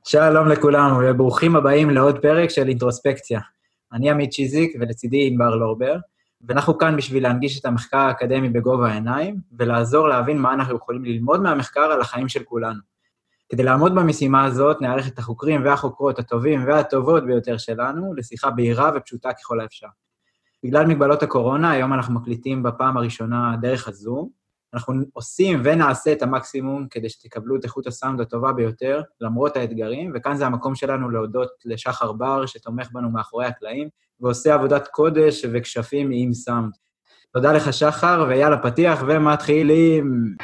שלום לכולם, וברוכים הבאים לעוד פרק של אינטרוספקציה. אני עמית שיזיק, ולצידי ענבר לורבר, ואנחנו כאן בשביל להנגיש את המחקר האקדמי בגובה העיניים, ולעזור להבין מה אנחנו יכולים ללמוד מהמחקר על החיים של כולנו. כדי לעמוד במשימה הזאת, נערך את החוקרים והחוקרות הטובים והטובות ביותר שלנו, לשיחה בהירה ופשוטה ככל האפשר. בגלל מגבלות הקורונה, היום אנחנו מקליטים בפעם הראשונה דרך הזום, אנחנו עושים ונעשה את המקסימום כדי שתקבלו את איכות הסאונד הטובה ביותר, למרות האתגרים, וכאן זה המקום שלנו להודות לשחר בר, שתומך בנו מאחורי הקלעים, ועושה עבודת קודש וכשפים עם סאונד. תודה לך שחר, ויאללה פתיח ומתחילים.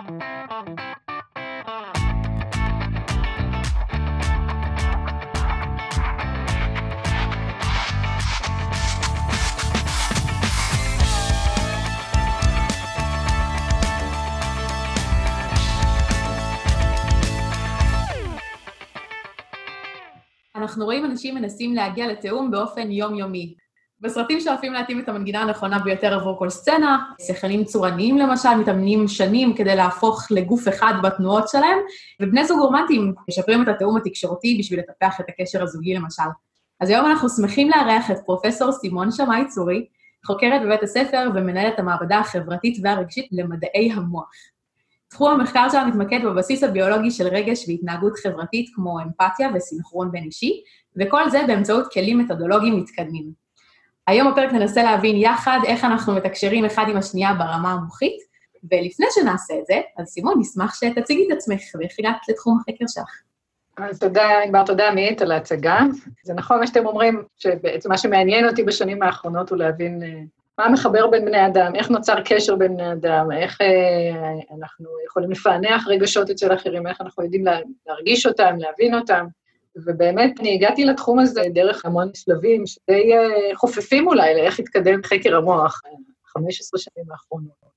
אנחנו רואים אנשים מנסים להגיע לתאום באופן יומיומי. בסרטים שאוהבים להתאים את המנגינה הנכונה ביותר עבור כל סצנה, שחקנים צורניים למשל, מתאמנים שנים כדי להפוך לגוף אחד בתנועות שלהם, ובני זוג רומנטיים משפרים את התאום התקשורתי בשביל לטפח את הקשר הזוגי למשל. אז היום אנחנו שמחים לארח את פרופסור סימון שמאי צורי, חוקרת בבית הספר ומנהלת המעבדה החברתית והרגשית למדעי המוח. תחום המחקר שלה מתמקד בבסיס הביולוגי של רגש והתנהגות חברתית כמו אמפתיה וסינכרון בין אישי, וכל זה באמצעות כלים מתודולוגיים מתקדמים. היום בפרק ננסה להבין יחד איך אנחנו מתקשרים אחד עם השנייה ברמה המוחית, ולפני שנעשה את זה, אז סימון, נשמח שתציגי את עצמך ואיך הגעת לתחום החקר שלך. אז תודה, ענבר, תודה עמית על ההצגה. זה נכון מה שאתם אומרים, שבעצם מה שמעניין אותי בשנים האחרונות הוא להבין מה מחבר בין בני אדם, איך נוצר קשר בין בני אדם, איך אנחנו יכולים לפענח רגשות אצל אחרים, איך אנחנו יודעים להרגיש אותם, להבין אותם, ובאמת אני הגעתי לתחום הזה דרך המון שלבים שדי חופפים אולי לאיך התקדם חקר המוח, 15 שנים האחרונות.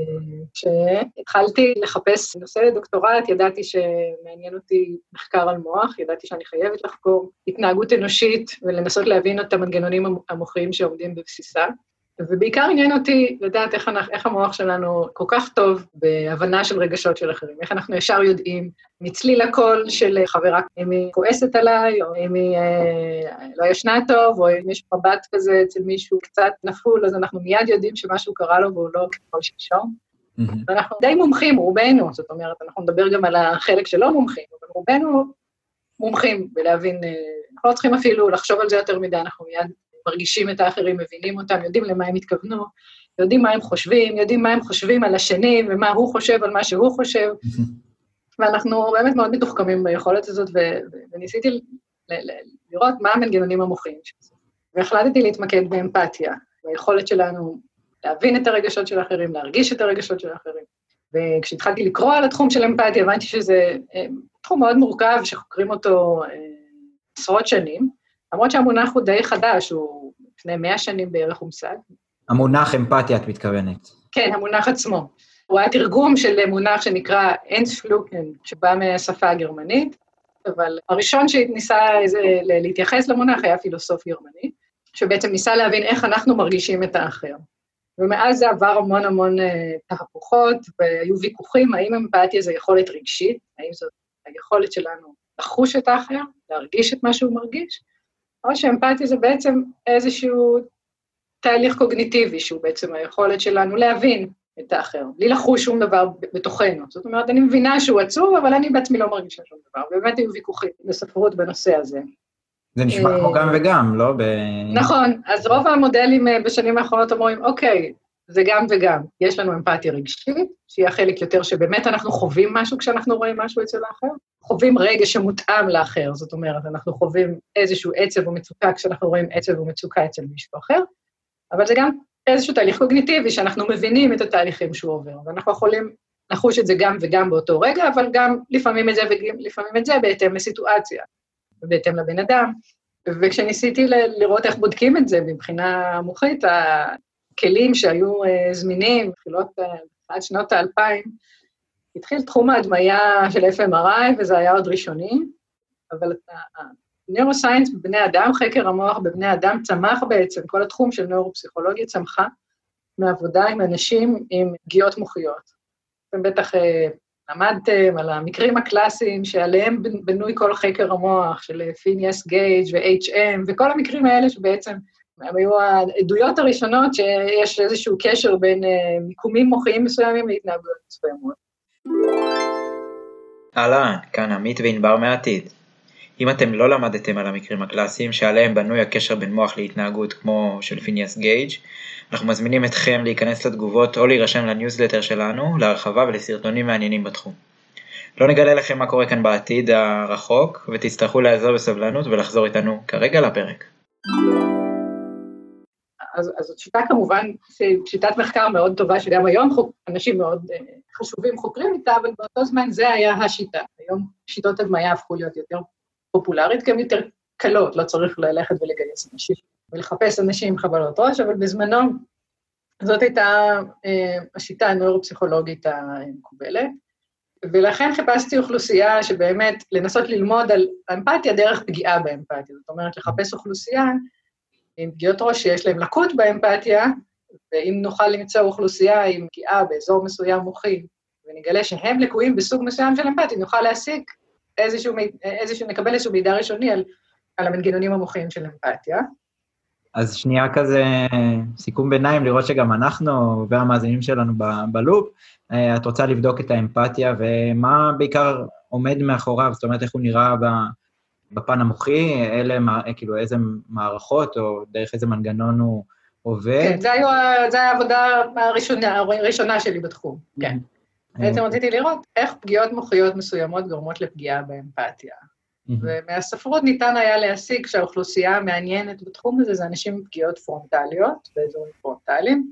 כשהתחלתי לחפש נושא דוקטורט, ידעתי שמעניין אותי מחקר על מוח, ידעתי שאני חייבת לחקור התנהגות אנושית ולנסות להבין את המנגנונים המוחיים שעומדים בבסיסה, ובעיקר עניין אותי לדעת איך המוח שלנו כל כך טוב בהבנה של רגשות של אחרים, איך אנחנו ישר יודעים מצליל הקול של חברה, אם היא כועסת עליי, או אם היא לא ישנה טוב, או אם יש מבט כזה אצל מישהו קצת נפול, אז אנחנו מיד יודעים שמשהו קרה לו והוא לא ככל שלשום. ואנחנו די מומחים, רובנו, זאת אומרת, אנחנו נדבר גם על החלק שלא מומחים, אבל רובנו מומחים בלהבין, אנחנו לא צריכים אפילו לחשוב על זה יותר מדי, אנחנו מיד מרגישים את האחרים, מבינים אותם, יודעים למה הם התכוונו, יודעים מה הם חושבים, יודעים מה הם חושבים על השני, ומה הוא חושב על מה שהוא חושב, ואנחנו באמת מאוד מתוחכמים ביכולת הזאת, וניסיתי לראות מה המנגנונים המוחיים של זה. והחלטתי להתמקד באמפתיה, ביכולת שלנו להבין את הרגשות של האחרים, להרגיש את הרגשות של האחרים. וכשהתחלתי לקרוא על התחום של אמפתיה, הבנתי שזה תחום מאוד מורכב, שחוקרים אותו עשרות שנים, למרות שהמונח הוא די חדש, הוא לפני 100 שנים בערך הומצא. המונח אמפתיה, את מתכוונת. כן, המונח עצמו. הוא היה תרגום של מונח שנקרא אנספלוקן, שבא מהשפה הגרמנית, אבל הראשון שניסה להתייחס למונח היה פילוסוף גרמני, שבעצם ניסה להבין איך אנחנו מרגישים את האחר. ומאז זה עבר המון תהפוכות, והיו ויכוחים, האם אמפתיה זה יכולת רגשית, האם זאת היכולת שלנו לחוש את האחר, להרגיש את מה שהוא מרגיש, או שאמפתיה זה בעצם איזשהו תהליך קוגניטיבי, שהוא בעצם היכולת שלנו להבין את האחר, בלי לחוש שום דבר בתוכנו. זאת אומרת, אני מבינה שהוא עצוב, אבל אני בעצמי לא מרגישה שום דבר. באמת היו ויכוחים בספרות בנושא הזה. זה נשמע כמו גם וגם, לא? נכון, אז רוב המודלים בשנים האחרונות אומרים, אוקיי, זה גם וגם. יש לנו אמפתיה רגשית, שהיא החלק יותר שבאמת אנחנו חווים משהו כשאנחנו רואים משהו אצל האחר, חווים רגש שמותאם לאחר, זאת אומרת, אנחנו חווים איזשהו עצב או מצוקה כשאנחנו רואים עצב או מצוקה אצל מישהו אחר, אבל זה גם איזשהו תהליך קוגניטיבי שאנחנו מבינים את התהליכים שהוא עובר, ואנחנו יכולים לחוש את זה גם וגם באותו רגע, אבל גם לפעמים את זה ולפעמים את זה בהתאם לסיטואציה, ובהתאם לבן אדם. וכשניסיתי לראות איך בודקים את זה מבחינה מוחית, הכלים שהיו זמינים, עד שנות ה-2000, התחיל תחום ההדמיה של FMRI, וזה היה עוד ראשוני, אבל נוירוסיינס בבני אדם, חקר המוח בבני אדם צמח בעצם, כל התחום של נוירופסיכולוגיה צמחה מעבודה עם אנשים עם פגיעות מוחיות. אתם בטח למדתם על המקרים הקלאסיים שעליהם בנוי כל חקר המוח, של פיניאס גייג' ו-HM, וכל המקרים האלה שבעצם הם היו העדויות הראשונות שיש איזשהו קשר בין מיקומים מוחיים מסוימים להתנהגויות מסוימות. אהלן, כאן עמית וענבר מהעתיד. אם אתם לא למדתם על המקרים הקלאסיים שעליהם בנוי הקשר בין מוח להתנהגות כמו של פיניאס גייג', אנחנו מזמינים אתכם להיכנס לתגובות או להירשם לניוזלטר שלנו, להרחבה ולסרטונים מעניינים בתחום. לא נגלה לכם מה קורה כאן בעתיד הרחוק, ותצטרכו לעזור בסבלנות ולחזור איתנו כרגע לפרק. אז זאת שיטה כמובן, שיטת מחקר מאוד טובה, שגם היום אנשים מאוד חשובים חוקרים איתה, אבל באותו זמן זה היה השיטה. היום שיטות הדמיה הפכו להיות יותר פופולרית, גם יותר קלות, לא צריך ללכת ולגייס אנשים, ולחפש אנשים עם חבלות ראש, אבל בזמנו זאת הייתה השיטה הנוירופסיכולוגית המקובלת, ולכן חיפשתי אוכלוסייה שבאמת לנסות ללמוד על אמפתיה דרך פגיעה באמפתיה, זאת אומרת לחפש אוכלוסייה עם פגיעות ראש שיש להם לקות באמפתיה, ואם נוכל למצוא אוכלוסייה עם פגיעה באזור מסוים מוחי, ונגלה שהם לקויים בסוג מסוים של אמפתיה, נוכל להסיק נקבל איזשהו מידע ראשוני על המנגנונים המוחיים של אמפתיה. אז שנייה כזה, סיכום ביניים, לראות שגם אנחנו והמאזינים שלנו בלופ, את רוצה לבדוק את האמפתיה, ומה בעיקר עומד מאחוריו, זאת אומרת איך הוא נראה בפן המוחי, כאילו איזה מערכות, או דרך איזה מנגנון הוא עובד. כן, זה היה העבודה הראשונה שלי בתחום, כן. בעצם רציתי לראות איך פגיעות מוחיות מסוימות גורמות לפגיעה באמפתיה. ומהספרות ניתן היה להסיק שהאוכלוסייה המעניינת בתחום הזה, זה אנשים עם פגיעות פרונטליות, באזורים פרונטליים,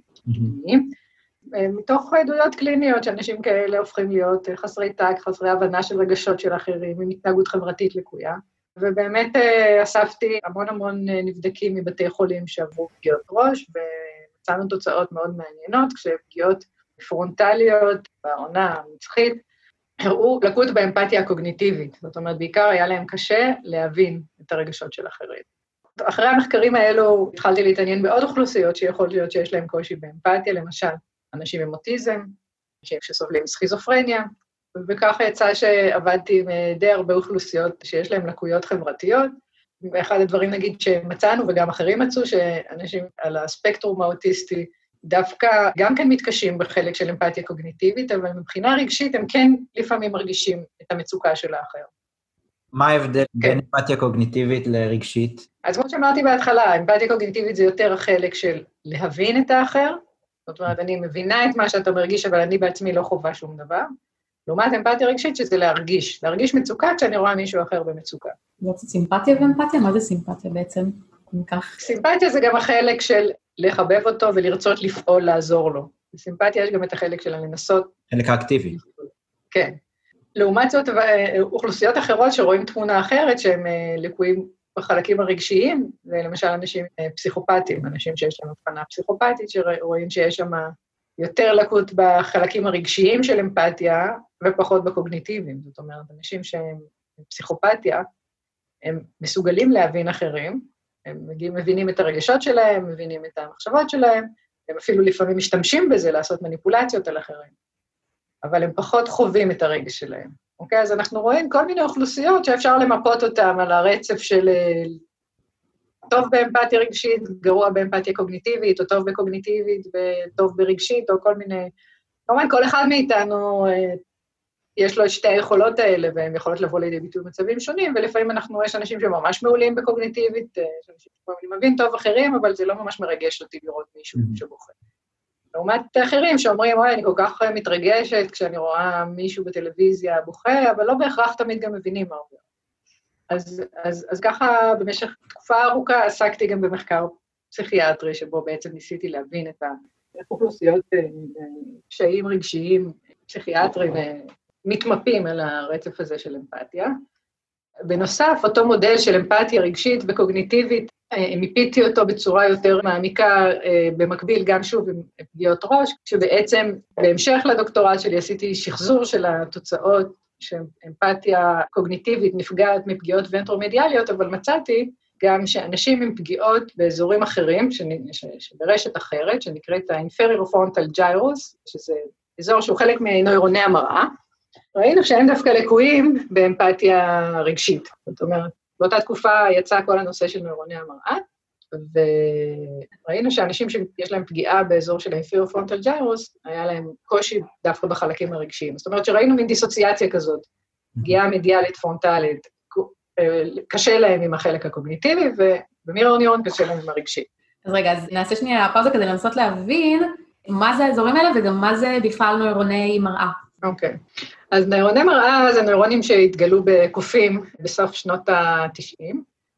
מתוך עדויות קליניות, שאנשים כאלה הופכים להיות חסרי תג, חסרי הבנה של רגשות של אחרים, עם התנהגות חברתית לקויה, ובאמת אספתי המון נבדקים מבתי חולים שעברו פגיעות ראש, ומצאנו תוצאות מאוד מעניינות, כשפגיעות פרונטליות בעונה המצחית, הראו לקות באמפתיה הקוגניטיבית, זאת אומרת, בעיקר היה להם קשה להבין את הרגשות של אחרים. אחרי המחקרים האלו התחלתי להתעניין בעוד אוכלוסיות שיכול להיות שיש להם קושי באמפתיה, למשל, אנשים עם אוטיזם, אנשים שסובלים מסכיזופרניה, וככה יצא שעבדתי עם די הרבה אוכלוסיות שיש להם לקויות חברתיות, ואחד הדברים נגיד שמצאנו וגם אחרים מצאו, שאנשים על הספקטרום האוטיסטי, דווקא גם כן מתקשים בחלק של אמפתיה קוגניטיבית, אבל מבחינה רגשית הם כן לפעמים מרגישים את המצוקה של האחר. מה ההבדל בין אמפתיה קוגניטיבית לרגשית? אז כמו שאמרתי בהתחלה, אמפתיה קוגניטיבית זה יותר החלק של להבין את האחר, זאת אומרת, אני מבינה את מה שאתה מרגיש, אבל אני בעצמי לא חובה שום דבר. לעומת אמפתיה רגשית שזה להרגיש מצוקה כשאני רואה מישהו אחר במצוקה. זה סימפתיה ואמפתיה? מה זה סימפתיה בעצם? סימפתיה זה גם החלק של לחבב אותו ולרצות לפעול, לעזור לו. בסימפתיה יש גם את החלק של לנסות. חלק האקטיבי. כן. לעומת זאת, אוכלוסיות אחרות שרואים תמונה אחרת, שהם לקויים בחלקים הרגשיים, זה למשל אנשים פסיכופטיים, אנשים שיש להם הבחנה פסיכופטית, שרואים שיש שם יותר לקות בחלקים הרגשיים של אמפתיה, ופחות בקוגניטיביים. זאת אומרת, אנשים שהם פסיכופתיה, הם מסוגלים להבין אחרים, הם מבינים את הרגשות שלהם, מבינים את המחשבות שלהם, הם אפילו לפעמים משתמשים בזה לעשות מניפולציות על אחרים, אבל הם פחות חווים את הרגש שלהם. אוקיי? אז אנחנו רואים כל מיני אוכלוסיות שאפשר למפות אותם על הרצף של טוב באמפתיה רגשית, גרוע באמפתיה קוגניטיבית, או טוב בקוגניטיבית וטוב ברגשית, או כל מיני... כמובן, כל אחד מאיתנו יש לו את שתי היכולות האלה, והן יכולות לבוא לידי ביטוי במצבים שונים, ולפעמים יש אנשים שממש מעולים בקוגניטיבית, יש אנשים שאני מבין טוב אחרים, אבל זה לא ממש מרגש אותי לראות מישהו שבוחר. לעומת אחרים שאומרים, אני כל כך מתרגשת כשאני רואה מישהו בטלוויזיה בוכה, אבל לא בהכרח תמיד גם מבינים מה עובר. אז ככה במשך תקופה ארוכה עסקתי גם במחקר פסיכיאטרי, שבו בעצם ניסיתי להבין את האוכלוסיות קשיים רגשיים פסיכיאטריים מתמפים על הרצף הזה של אמפתיה. בנוסף, אותו מודל של אמפתיה רגשית וקוגניטיבית, מיפיתי אותו בצורה יותר מעמיקה, במקביל גם שוב עם פגיעות ראש, שבעצם בהמשך לדוקטורט שלי עשיתי שחזור של התוצאות, שאמפתיה קוגניטיבית נפגעת מפגיעות ונטרומדיאליות, אבל מצאתי גם שאנשים עם פגיעות באזורים אחרים, שברשת אחרת, שנקראת ה-inferior frontal gyrus, שזה אזור שהוא חלק מנוירוני המראה, ראינו שהם דווקא לקויים באמפתיה רגשית. זאת אומרת, באותה תקופה יצא כל הנושא של נוירוני המראה, וראינו שאנשים שיש להם פגיעה באזור של ה-inferior frontal gyrus, היה להם קושי דווקא בחלקים הרגשיים. זאת אומרת שראינו מין דיסוציאציה כזאת, פגיעה מדיאלית פרונטלית, קשה להם עם החלק הקוגניטיבי, ובמירור ניורון קשה להם עם הרגשי. אז רגע, אז נעשה שנייה פאוזה כדי לנסות להבין מה זה האזורים האלה, וגם מה זה בכלל נוירוני מראה. אוקיי. אז נוירוני מראה זה נוירונים שהתגלו בקופים בסוף שנות ה-90,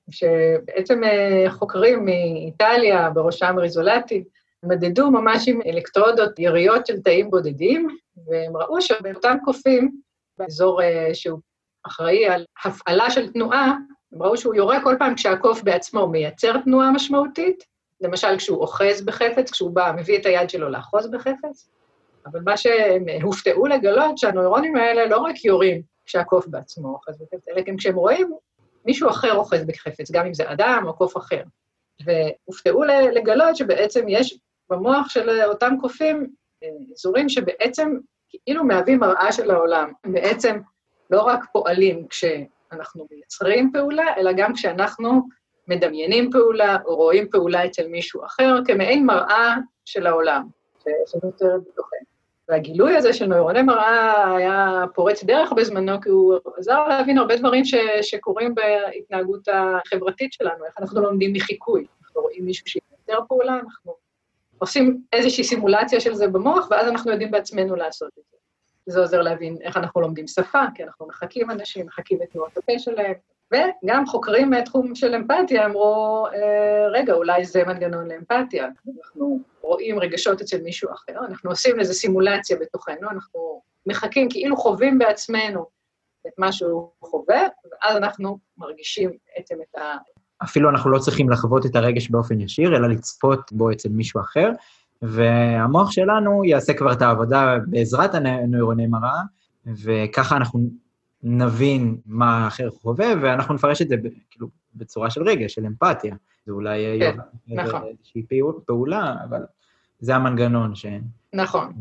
שבעצם חוקרים מאיטליה, בראשם ריזולטי, מדדו ממש עם אלקטרודות יריות של תאים בודדים, והם ראו שבאותם קופים, באזור שהוא אחראי על הפעלה של תנועה, הם ראו שהוא יורה כל פעם כשהקוף בעצמו מייצר תנועה משמעותית, למשל כשהוא אוחז בחפץ, כשהוא בא, מביא את היד שלו לאחוז בחפץ, אבל מה שהם הופתעו לגלות, שהנוירונים האלה לא רק יורים כשהקוף בעצמו אוחז בחפץ, אלא גם כשהם רואים מישהו אחר אוחז בחפץ, גם אם זה אדם או קוף אחר. והופתעו לגלות שבעצם יש במוח של אותם קופים אזורים שבעצם כאילו מהווים מראה של העולם. הם בעצם לא רק פועלים כשאנחנו מייצרים פעולה, אלא גם כשאנחנו מדמיינים פעולה או רואים פעולה אצל מישהו אחר, כמעין מראה של העולם, שנותרת בתוכנו. והגילוי הזה של נוירוני מראה היה פורץ דרך בזמנו, כי הוא עזר להבין הרבה דברים שקורים בהתנהגות החברתית שלנו, איך אנחנו לומדים מחיקוי. אנחנו רואים מישהו שיותר פעולה, אנחנו עושים איזושהי סימולציה של זה במוח, ואז אנחנו יודעים בעצמנו לעשות את זה. זה עוזר להבין איך אנחנו לומדים שפה, כי אנחנו מחקים אנשים, מחקים את תנועות הפה שלהם, וגם חוקרים מהתחום של אמפתיה אמרו, רגע, אולי זה מנגנון לאמפתיה. אנחנו רואים רגשות אצל מישהו אחר, אנחנו עושים לזה סימולציה בתוכנו, אנחנו מחכים כאילו חווים בעצמנו את מה שהוא חווה, ואז אנחנו מרגישים בעצם את ה... אפילו אנחנו לא צריכים לחוות את הרגש באופן ישיר, אלא לצפות בו אצל מישהו אחר, והמוח שלנו יעשה כבר את העבודה בעזרת הנוירוני מראה, וככה אנחנו נבין מה האחר חווה, ואנחנו נפרש את זה כאילו בצורה של רגש, של אמפתיה. זה אולי איזושהי פעולה, אבל זה המנגנון ש... נכון.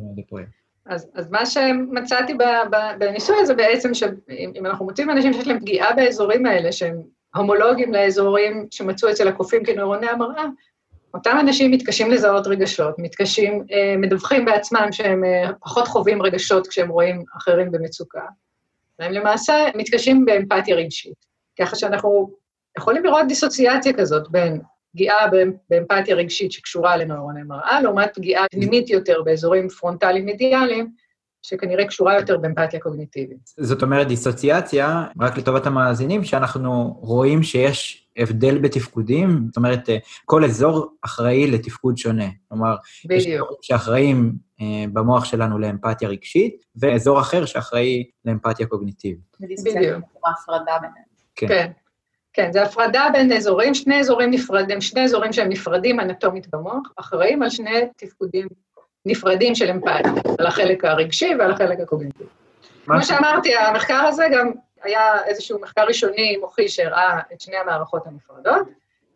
אז מה שמצאתי בניסוי הזה בעצם, שאם אנחנו מוצאים אנשים שיש להם פגיעה באזורים האלה, שהם הומולוגיים לאזורים שמצאו אצל הקופים כנוירוני המראה, אותם אנשים מתקשים לזהות רגשות, מדווחים בעצמם שהם פחות חווים רגשות כשהם רואים אחרים במצוקה, והם למעשה מתקשים באמפתיה רגשית. ככה שאנחנו יכולים לראות דיסוציאציה כזאת בין פגיעה באמפתיה רגשית שקשורה לנוירוני מראה, לעומת פגיעה פנימית יותר באזורים פרונטליים מדיאליים, שכנראה קשורה יותר באמפתיה קוגניטיבית. זאת אומרת, דיסוציאציה, רק לטובת המאזינים, שאנחנו רואים שיש הבדל בתפקודים, זאת אומרת, כל אזור אחראי לתפקוד שונה. כלומר, יש אזורים שאחראים במוח שלנו לאמפתיה רגשית, ואזור אחר שאחראי לאמפתיה קוגניטיבית. בדיוק. הפרדה ביניהם. כן. כן, זה הפרדה בין אזורים, שני אזורים נפרדים, שני אזורים שהם נפרדים אנטומית במוח, אחראים על שני תפקודים נפרדים של אמפתיה, על החלק הרגשי ועל החלק הקוגניטיבי. כמו שאמרתי, המחקר הזה גם היה איזשהו מחקר ראשוני מוחי שהראה את שני המערכות הנפרדות,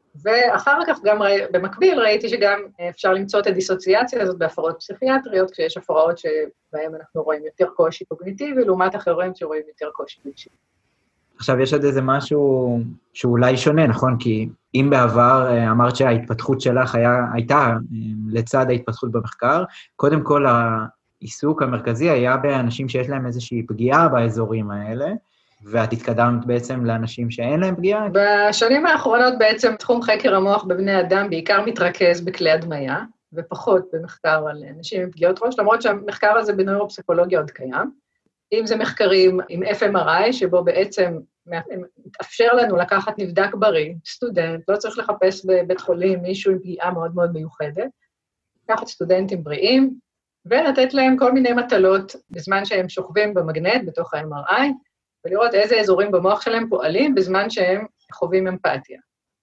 ואחר כך גם במקביל ראיתי שגם אפשר למצוא את הדיסוציאציה הזאת בהפרעות פסיכיאטריות, כשיש הפרעות שבהן אנחנו רואים יותר קושי קוגניטיבי, לעומת אחרים שרואים יותר קושי רגשי. עכשיו, יש עוד איזה משהו שאולי שונה, נכון? כי אם בעבר אמרת שההתפתחות שלך הייתה לצד ההתפתחות במחקר, קודם כל העיסוק המרכזי היה באנשים שיש להם איזושהי פגיעה באזורים האלה, ואת התקדמת בעצם לאנשים שאין להם פגיעה? בשנים האחרונות בעצם תחום חקר המוח בבני אדם בעיקר מתרכז בכלי הדמיה, ופחות במחקר על אנשים עם פגיעות ראש, למרות שהמחקר הזה בנוירופסיכולוגיה עוד קיים. אם זה מחקרים עם FMRI, שבו בעצם מתאפשר לנו לקחת נבדק בריא, סטודנט, לא צריך לחפש בבית חולים מישהו עם פגיעה מאוד מאוד מיוחדת, לקחת סטודנטים בריאים, ולתת להם כל מיני מטלות בזמן שהם שוכבים במגנט בתוך ה-MRI, ולראות איזה אזורים במוח שלהם פועלים בזמן שהם חווים אמפתיה.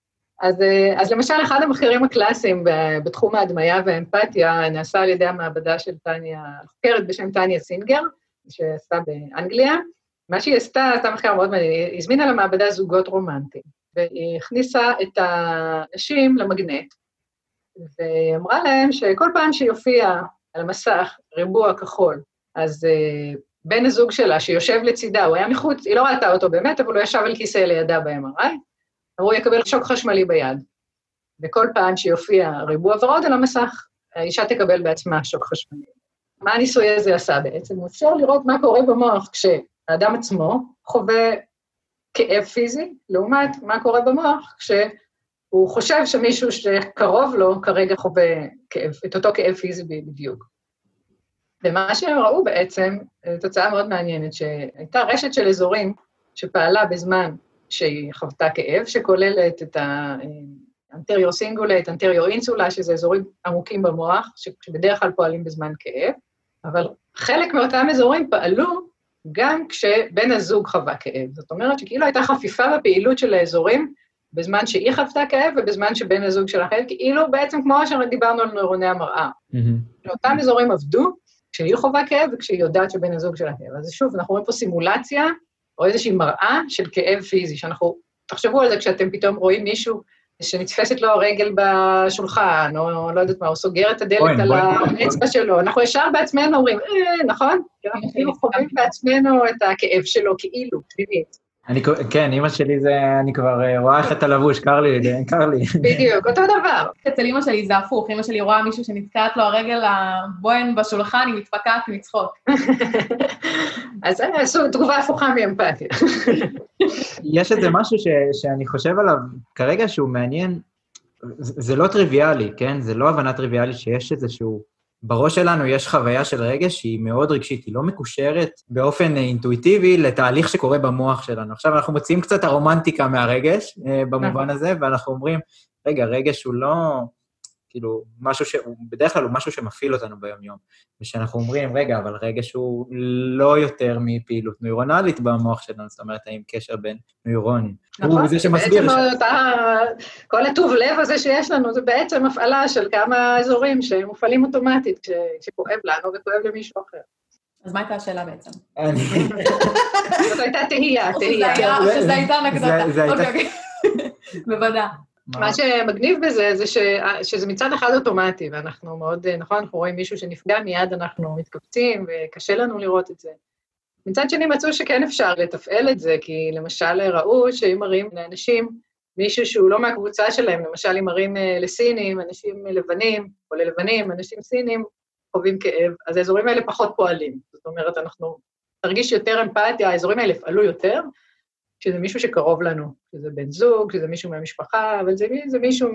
אז למשל, אחד המחקרים הקלאסיים בתחום ההדמיה והאמפתיה נעשה על ידי המעבדה של טניה, חוקרת בשם טניה סינגר, שעשתה באנגליה. מה שהיא עשתה מחקר מאוד מעניין, היא הזמינה למעבדה זוגות רומנטיים, והיא הכניסה את האנשים למגנט, והיא אמרה להם שכל פעם שיופיע על המסך ריבוע כחול, אז בן הזוג שלה שיושב לצידה, הוא היה מחוץ, היא לא ראתה אותו באמת, אבל הוא ישב על כיסא לידה ב-MRI, הוא יקבל שוק חשמלי ביד. וכל פעם שיופיע ריבוע ורוד על המסך, האישה תקבל בעצמה שוק חשמלי. מה הניסוי הזה עשה בעצם? הוא אפשר לראות מה קורה במוח כשהאדם עצמו חווה כאב פיזי, לעומת מה קורה במוח כשהוא חושב שמישהו שקרוב לו כרגע חווה כאב, את אותו כאב פיזי בדיוק. ומה שהם ראו בעצם, תוצאה מאוד מעניינת, שהייתה רשת של אזורים שפעלה בזמן שהיא חוותה כאב, שכוללת את האנטריור סינגולייט, אנטריור אינסולה, שזה אזורים עמוקים במוח, שבדרך כלל פועלים בזמן כאב, אבל חלק מאותם אזורים פעלו גם כשבן הזוג חווה כאב. זאת אומרת שכאילו הייתה חפיפה בפעילות של האזורים, בזמן שהיא חוותה כאב ובזמן שבן הזוג שלה כאב, כאילו בעצם כמו שדיברנו על נוירוני המראה. אותם אזורים עבדו, כשהיא חווה כאב וכשהיא יודעת שבן הזוג שלה כאב. אז שוב, אנחנו רואים פה סימולציה, או איזושהי מראה של כאב פיזי, תחשבו על זה כשאתם פתאום רואים מישהו שנתפסת לו הרגל בשולחן, או לא יודעת מה, הוא סוגר את הדלת על האצבע שלו, אנחנו ישר בעצמנו אומרים, נכון? אנחנו כאילו חווים בעצמנו את הכאב שלו, כאילו, פנימית. כן, אמא שלי זה, אני כבר רואה איך אתה לבוש, קר לי. בדיוק, אותו דבר. אצל אמא שלי זה הפוך, אמא שלי רואה מישהו שנתקעת לו הרגל הבוהן בשולחן, היא מתפקעת מצחוק. אז עשו תגובה הפוכה מאמפתיה. יש איזה משהו שאני חושב עליו כרגע שהוא מעניין, זה לא טריוויאלי, כן? זה לא הבנה טריוויאלית שיש איזשהו, בראש שלנו יש חוויה של רגש שהיא מאוד רגשית, היא לא מקושרת באופן אינטואיטיבי לתהליך שקורה במוח שלנו. עכשיו אנחנו מוצאים קצת הרומנטיקה מהרגש במובן הזה, ואנחנו אומרים, רגע, רגש הוא לא, כאילו, משהו בדרך כלל הוא משהו שמפעיל אותנו ביום יום. ושאנחנו אומרים, רגע, אבל רגש הוא לא יותר מפעילות נוירונלית במוח שלנו, זאת אומרת, האם קשר בין נוירונים. נכון, בעצם כל הטוב לב הזה שיש לנו, זה בעצם הפעלה של כמה אזורים שמופעלים אוטומטית, כשכואב לנו וכואב למישהו אחר. אז מה הייתה השאלה בעצם? זאת הייתה תהייה. שזה הייתה נקדתה. אוקיי. בוודא. מה שמגניב בזה, זה שזה מצד אחד אוטומטי, ואנחנו מאוד, נכון, אנחנו רואים מישהו שנפגע מיד, אנחנו מתכווצים, וקשה לנו לראות את זה. מצד שני מצאו שכן אפשר לתפעל את זה, כי למשל ראו שאם מראים לאנשים, מישהו שהוא לא מהקבוצה שלהם, למשל אם מראים לסינים, אנשים לבנים, או ללבנים, אנשים סינים, חווים כאב, אז האזורים האלה פחות פועלים. זאת אומרת, אנחנו נרגיש יותר אמפתיה, האזורים האלה פעלו יותר, שזה מישהו שקרוב לנו, שזה בן זוג, שזה מישהו מהמשפחה, אבל זה מישהו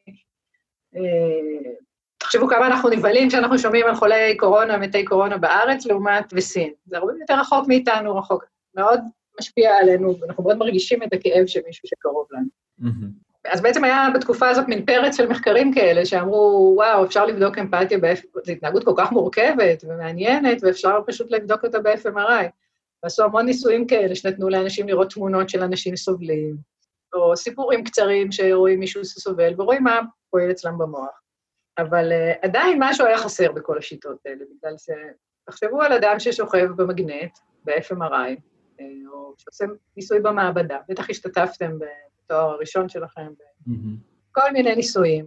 תחשבו כמה אנחנו נבהלים כשאנחנו שומעים על חולי קורונה, מתי קורונה בארץ, לעומת בסין. זה הרבה יותר רחוק מאיתנו, רחוק. מאוד משפיע עלינו, ואנחנו מאוד מרגישים את הכאב של מישהו שקרוב לנו. אז בעצם היה בתקופה הזאת מין פרץ של מחקרים כאלה, שאמרו, וואו, אפשר לבדוק אמפתיה, זו התנהגות כל כך מורכבת ומעניינת, ואפשר פשוט לבדוק אותה ב-FMRI. ועשו המון ניסויים כאלה, שנתנו לאנשים לראות תמונות של אנשים סובלים, או סיפורים קצרים שרואים מישהו שסובל, ורואים מה פועל אצלם במוח. אבל עדיין משהו היה חסר בכל השיטות האלה, בגלל תחשבו על אדם ששוכב במגנט, ב-FMRI, או שעושה ניסוי במעבדה, בטח השתתפתם בתואר הראשון שלכם, כל מיני ניסויים.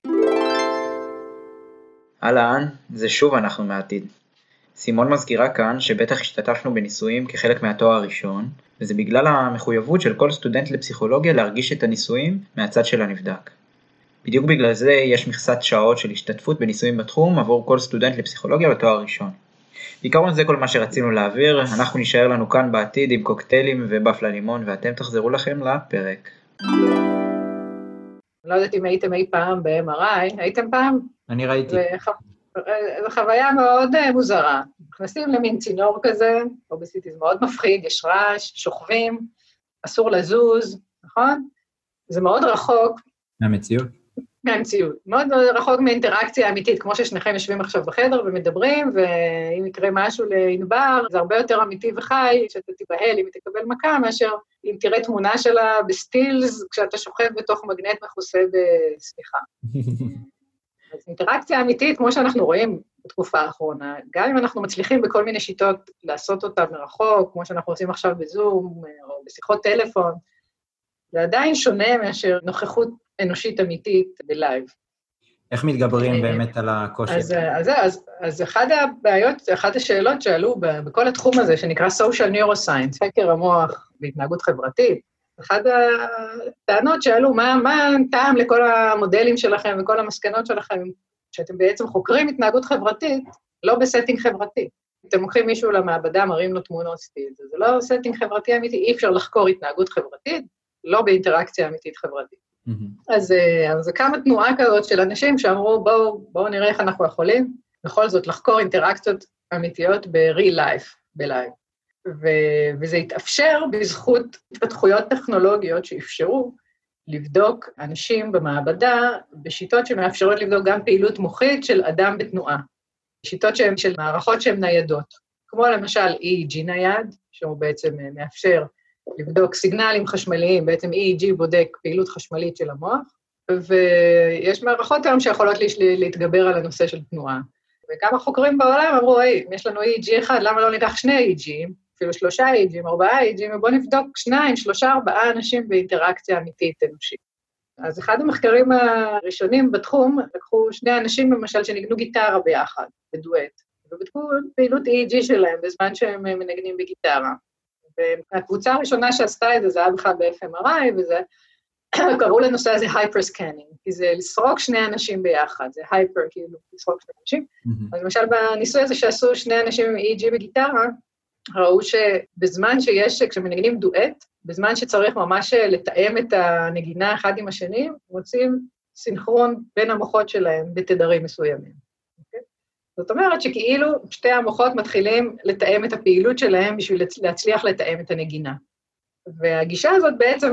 אהלן, זה שוב אנחנו מהעתיד. סימון מזכירה כאן שבטח השתתפנו בניסויים כחלק מהתואר הראשון, וזה בגלל המחויבות של כל סטודנט לפסיכולוגיה להרגיש את הניסויים מהצד של הנבדק. בדיוק בגלל זה יש מכסת שעות של השתתפות בניסויים בתחום עבור כל סטודנט לפסיכולוגיה בתואר הראשון. בעיקרון זה כל מה שרצינו להעביר, אנחנו נשאר לנו כאן בעתיד עם קוקטיילים ובפלה לימון, ואתם תחזרו לכם לפרק. לא יודעת אם הייתם אי פעם ב-MRI, הייתם פעם? אני ראיתי. זו חוויה מאוד מוזרה. נכנסים למין צינור כזה, או בסיטי, זה מאוד מפחיד, יש רעש, שוכבים, אסור לזוז, נכון? זה מאוד רחוק. מהמציאות. מהמציאות. מאוד רחוק מאינטראקציה אמיתית, כמו ששניכם יושבים עכשיו בחדר ומדברים, ואם יקרה משהו לענבר, זה הרבה יותר אמיתי וחי, שאתה תיבהל אם תקבל מכה, מאשר אם תראה תמונה שלה בסטילס, כשאתה שוכב בתוך מגנט מכוסה בסליחה. אז אינטראקציה אמיתית, כמו שאנחנו רואים בתקופה האחרונה, גם אם אנחנו מצליחים בכל מיני שיטות לעשות אותה מרחוק, כמו שאנחנו עושים עכשיו בזום, או בשיחות טלפון, זה עדיין שונה מאשר נוכחות אנושית אמיתית בלייב. איך מתגברים באמת על הקושי? אז אחד הבעיות, אחת השאלות שעלו בכל התחום הזה, שנקרא Social Neuroscience, חקר המוח והתנהגות חברתית, אחת הטענות שעלו, מה טעם לכל המודלים שלכם וכל המסקנות שלכם, שאתם בעצם חוקרים התנהגות חברתית, לא בסטינג חברתי. אתם לוקחים מישהו למעבדה, מראים לו תמונות סטיל, זה לא סטינג חברתי אמיתי, אי אפשר לחקור התנהגות חברתית, לא באינטראקציה אמיתית חברתית. אז זה כמה תנועה כזאת של אנשים שאמרו, בואו נראה איך אנחנו יכולים, בכל זאת לחקור אינטראקציות אמיתיות ב-real life, בלייב. וזה התאפשר בזכות התפתחויות טכנולוגיות שאפשרו לבדוק אנשים במעבדה בשיטות שמאפשרות לבדוק גם פעילות מוחית של אדם בתנועה. שיטות שהן של מערכות שהן ניידות, כמו למשל EEG נייד, שהוא בעצם מאפשר לבדוק סיגנלים חשמליים, בעצם EEG בודק פעילות חשמלית של המוח, ויש מערכות היום שיכולות להתגבר על הנושא של תנועה. וכמה חוקרים בעולם אמרו, יש לנו EEG אחד, למה לא ניקח 2 EEGים, אפילו 3 EEGים, 4 EEGים, ובואו נבדוק 2, 3, 4 אנשים באינטראקציה אמיתית אנושית. אז אחד המחקרים הראשונים בתחום, לקחו 2 אנשים למשל שניגנו גיטרה ביחד, בדואט, ובדקו פעילות EEG שלהם בזמן שהם מנגנים בגיטרה. והקבוצה הראשונה שעשתה את זה, זה היה בכלל ב-FMRI, וזה, קראו לנושא הזה הייפר-סקנינג, כי זה לסרוק 2 אנשים ביחד, זה הייפר, כאילו, לסרוק 2 אנשים. אז למשל בניסוי הזה שעשו 2 אנשים עם EEG בגיטרה, ראו שבזמן שיש, כשמנגנים דואט, בזמן שצריך ממש לתאם את הנגינה אחד עם השני, מוצאים סינכרון בין המוחות שלהם בתדרים מסוימים. Okay? זאת אומרת שכאילו 2 המוחות מתחילים לתאם את הפעילות שלהם בשביל להצליח לתאם את הנגינה. והגישה הזאת בעצם,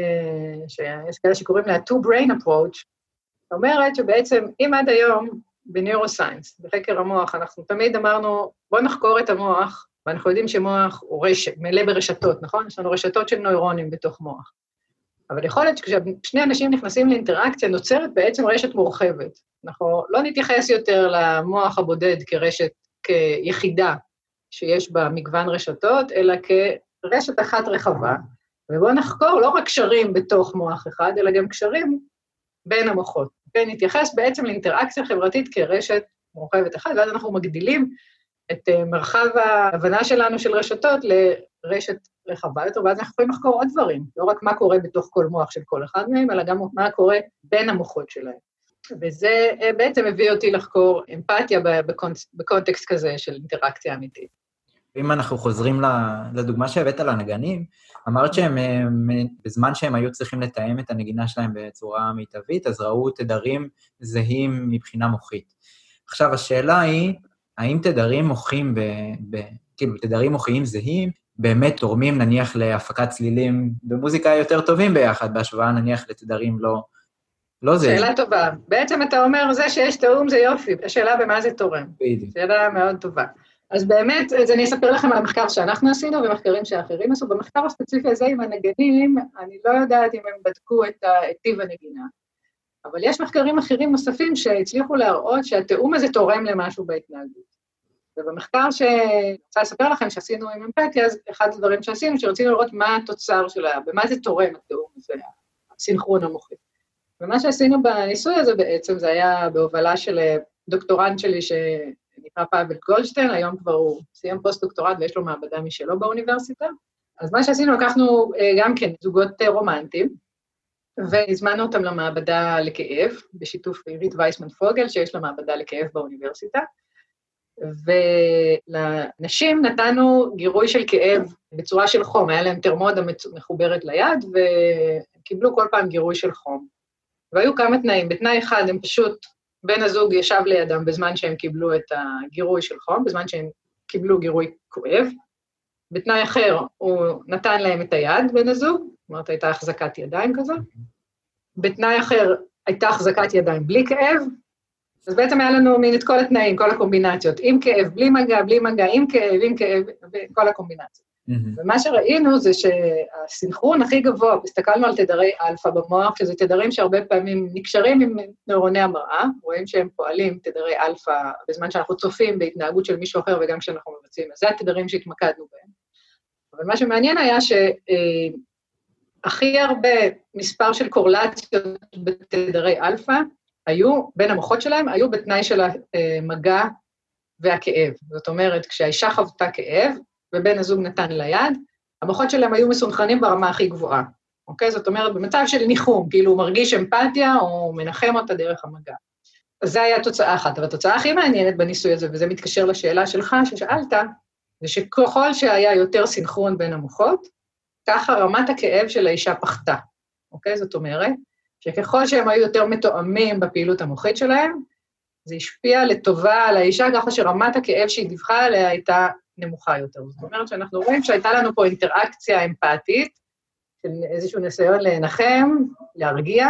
שיש כאלה שקוראים לה two-brain approach, אומרת שבעצם אם עד היום בניורוסיינס, בחקר המוח, אנחנו תמיד אמרנו, בואו נחקור את המוח, ואנחנו יודעים שמוח הוא רשת, מלא ברשתות, נכון? יש לנו רשתות של נוירונים בתוך מוח. אבל יכול להיות שכששני אנשים נכנסים לאינטראקציה, נוצרת בעצם רשת מורחבת. אנחנו לא נתייחס יותר למוח הבודד כרשת, כיחידה שיש בה מגוון רשתות, אלא כרשת אחת רחבה, ובואו נחקור לא רק קשרים בתוך מוח אחד, אלא גם קשרים בין המוחות. ונתייחס בעצם לאינטראקציה חברתית כרשת מורחבת אחת, ואז אנחנו מגדילים את מרחב ההבנה שלנו של רשתות לרשת רחבה יותר, ואז אנחנו יכולים לחקור עוד דברים, לא רק מה קורה בתוך כל מוח של כל אחד מהם, אלא גם מה קורה בין המוחות שלהם. וזה בעצם הביא אותי לחקור אמפתיה בקונטקסט כזה של אינטראקציה אמיתית. אם אנחנו חוזרים לדוגמה שהבאת על הנגנים, אמרת שהם, בזמן שהם היו צריכים לתאם את הנגינה שלהם בצורה מיטבית, אז ראו תדרים זהים מבחינה מוחית. עכשיו, השאלה היא, האם תדרים מוחיים, כאילו, תדרים מוחיים זהים, באמת תורמים נניח להפקת צלילים במוזיקה יותר טובים ביחד, בהשוואה נניח לתדרים לא זהים. שאלה טובה. בעצם אתה אומר, זה שיש תאום זה יופי, השאלה במה זה תורם. בדיוק. שאלה מאוד טובה. אז באמת, אז אני אספר לכם על המחקר שאנחנו עשינו, ומחקרים שאחרים עשו. במחקר הספציפי הזה עם הנגנים, אני לא יודעת אם הם בדקו את טיב הנגינה. אבל יש מחקרים אחרים נוספים שהצליחו להראות שהתאום הזה תורם למשהו בהתנהגות. ובמחקר שאני רוצה לספר לכם שעשינו עם אמפתיה, אז אחד הדברים שעשינו, שרצינו לראות מה התוצר שלה, במה זה תורם התאום הזה, הסינכרון המוחי. ומה שעשינו בניסוי הזה בעצם, זה היה בהובלה של דוקטורנט שלי שנקרא פאבל גולדשטיין, היום כבר הוא סיים פוסט-דוקטורט ויש לו מעבדה משלו באוניברסיטה. אז מה שעשינו, לקחנו גם כן זוגות רומנטיים, והזמנו אותם למעבדה לכאב, בשיתוף עירית וייסמן פוגל, שיש לה מעבדה לכאב באוניברסיטה, ולנשים נתנו גירוי של כאב בצורה של חום, היה להם תרמודה מחוברת ליד, וקיבלו כל פעם גירוי של חום. והיו כמה תנאים, בתנאי אחד הם פשוט, בן הזוג ישב לידם בזמן שהם קיבלו את הגירוי של חום, בזמן שהם קיבלו גירוי כואב, בתנאי אחר הוא נתן להם את היד, בן הזוג, זאת אומרת, הייתה החזקת ידיים כזו, בתנאי אחר הייתה החזקת ידיים בלי כאב, אז בעצם היה לנו מין את כל התנאים, כל הקומבינציות, עם כאב, בלי מגע, עם כאב, וכל הקומבינציות. ומה שראינו זה שהסינכרון הכי גבוה, הסתכלנו על תדרי אלפא במוח, שזה תדרים שהרבה פעמים נקשרים עם נוירוני המראה, רואים שהם פועלים תדרי אלפא בזמן שאנחנו צופים בהתנהגות של מישהו אחר וגם כשאנחנו מבצעים, אז זה התדרים שהתמקדנו בהם. אבל מה שמעניין היה שהכי הרבה מספר של קורלציות בתדרי אלפא, בין המוחות שלהם, היו בתנאי של המגע והכאב. זאת אומרת, כשהאישה חוותה כאב, ובן הזוג נתן לה יד, המוחות שלהם היו מסונכרנים ברמה הכי גבוהה. אוקיי? זאת אומרת, במצב של ניחום, כאילו הוא מרגיש אמפתיה, או מנחם אותה דרך המגע. אז זה היה תוצאה אחת, אבל התוצאה הכי מעניינת בניסוי הזה, וזה מתקשר לשאלה שלך ששאלת, זה שככל שהיה יותר סינכרון בין המוחות, ככה רמת הכאב של האישה פחתה. אוקיי? זאת אומרת, שככל שהם היו יותר מתואמים בפעילות המוחית שלהם, זה השפיע לטובה על האישה, ככה שרמת הכאב שהיא דיווחה עליה הייתה נמוכה יותר. זאת אומרת שאנחנו רואים שהייתה לנו פה אינטראקציה אמפתית, של איזשהו ניסיון להנחם, להרגיע,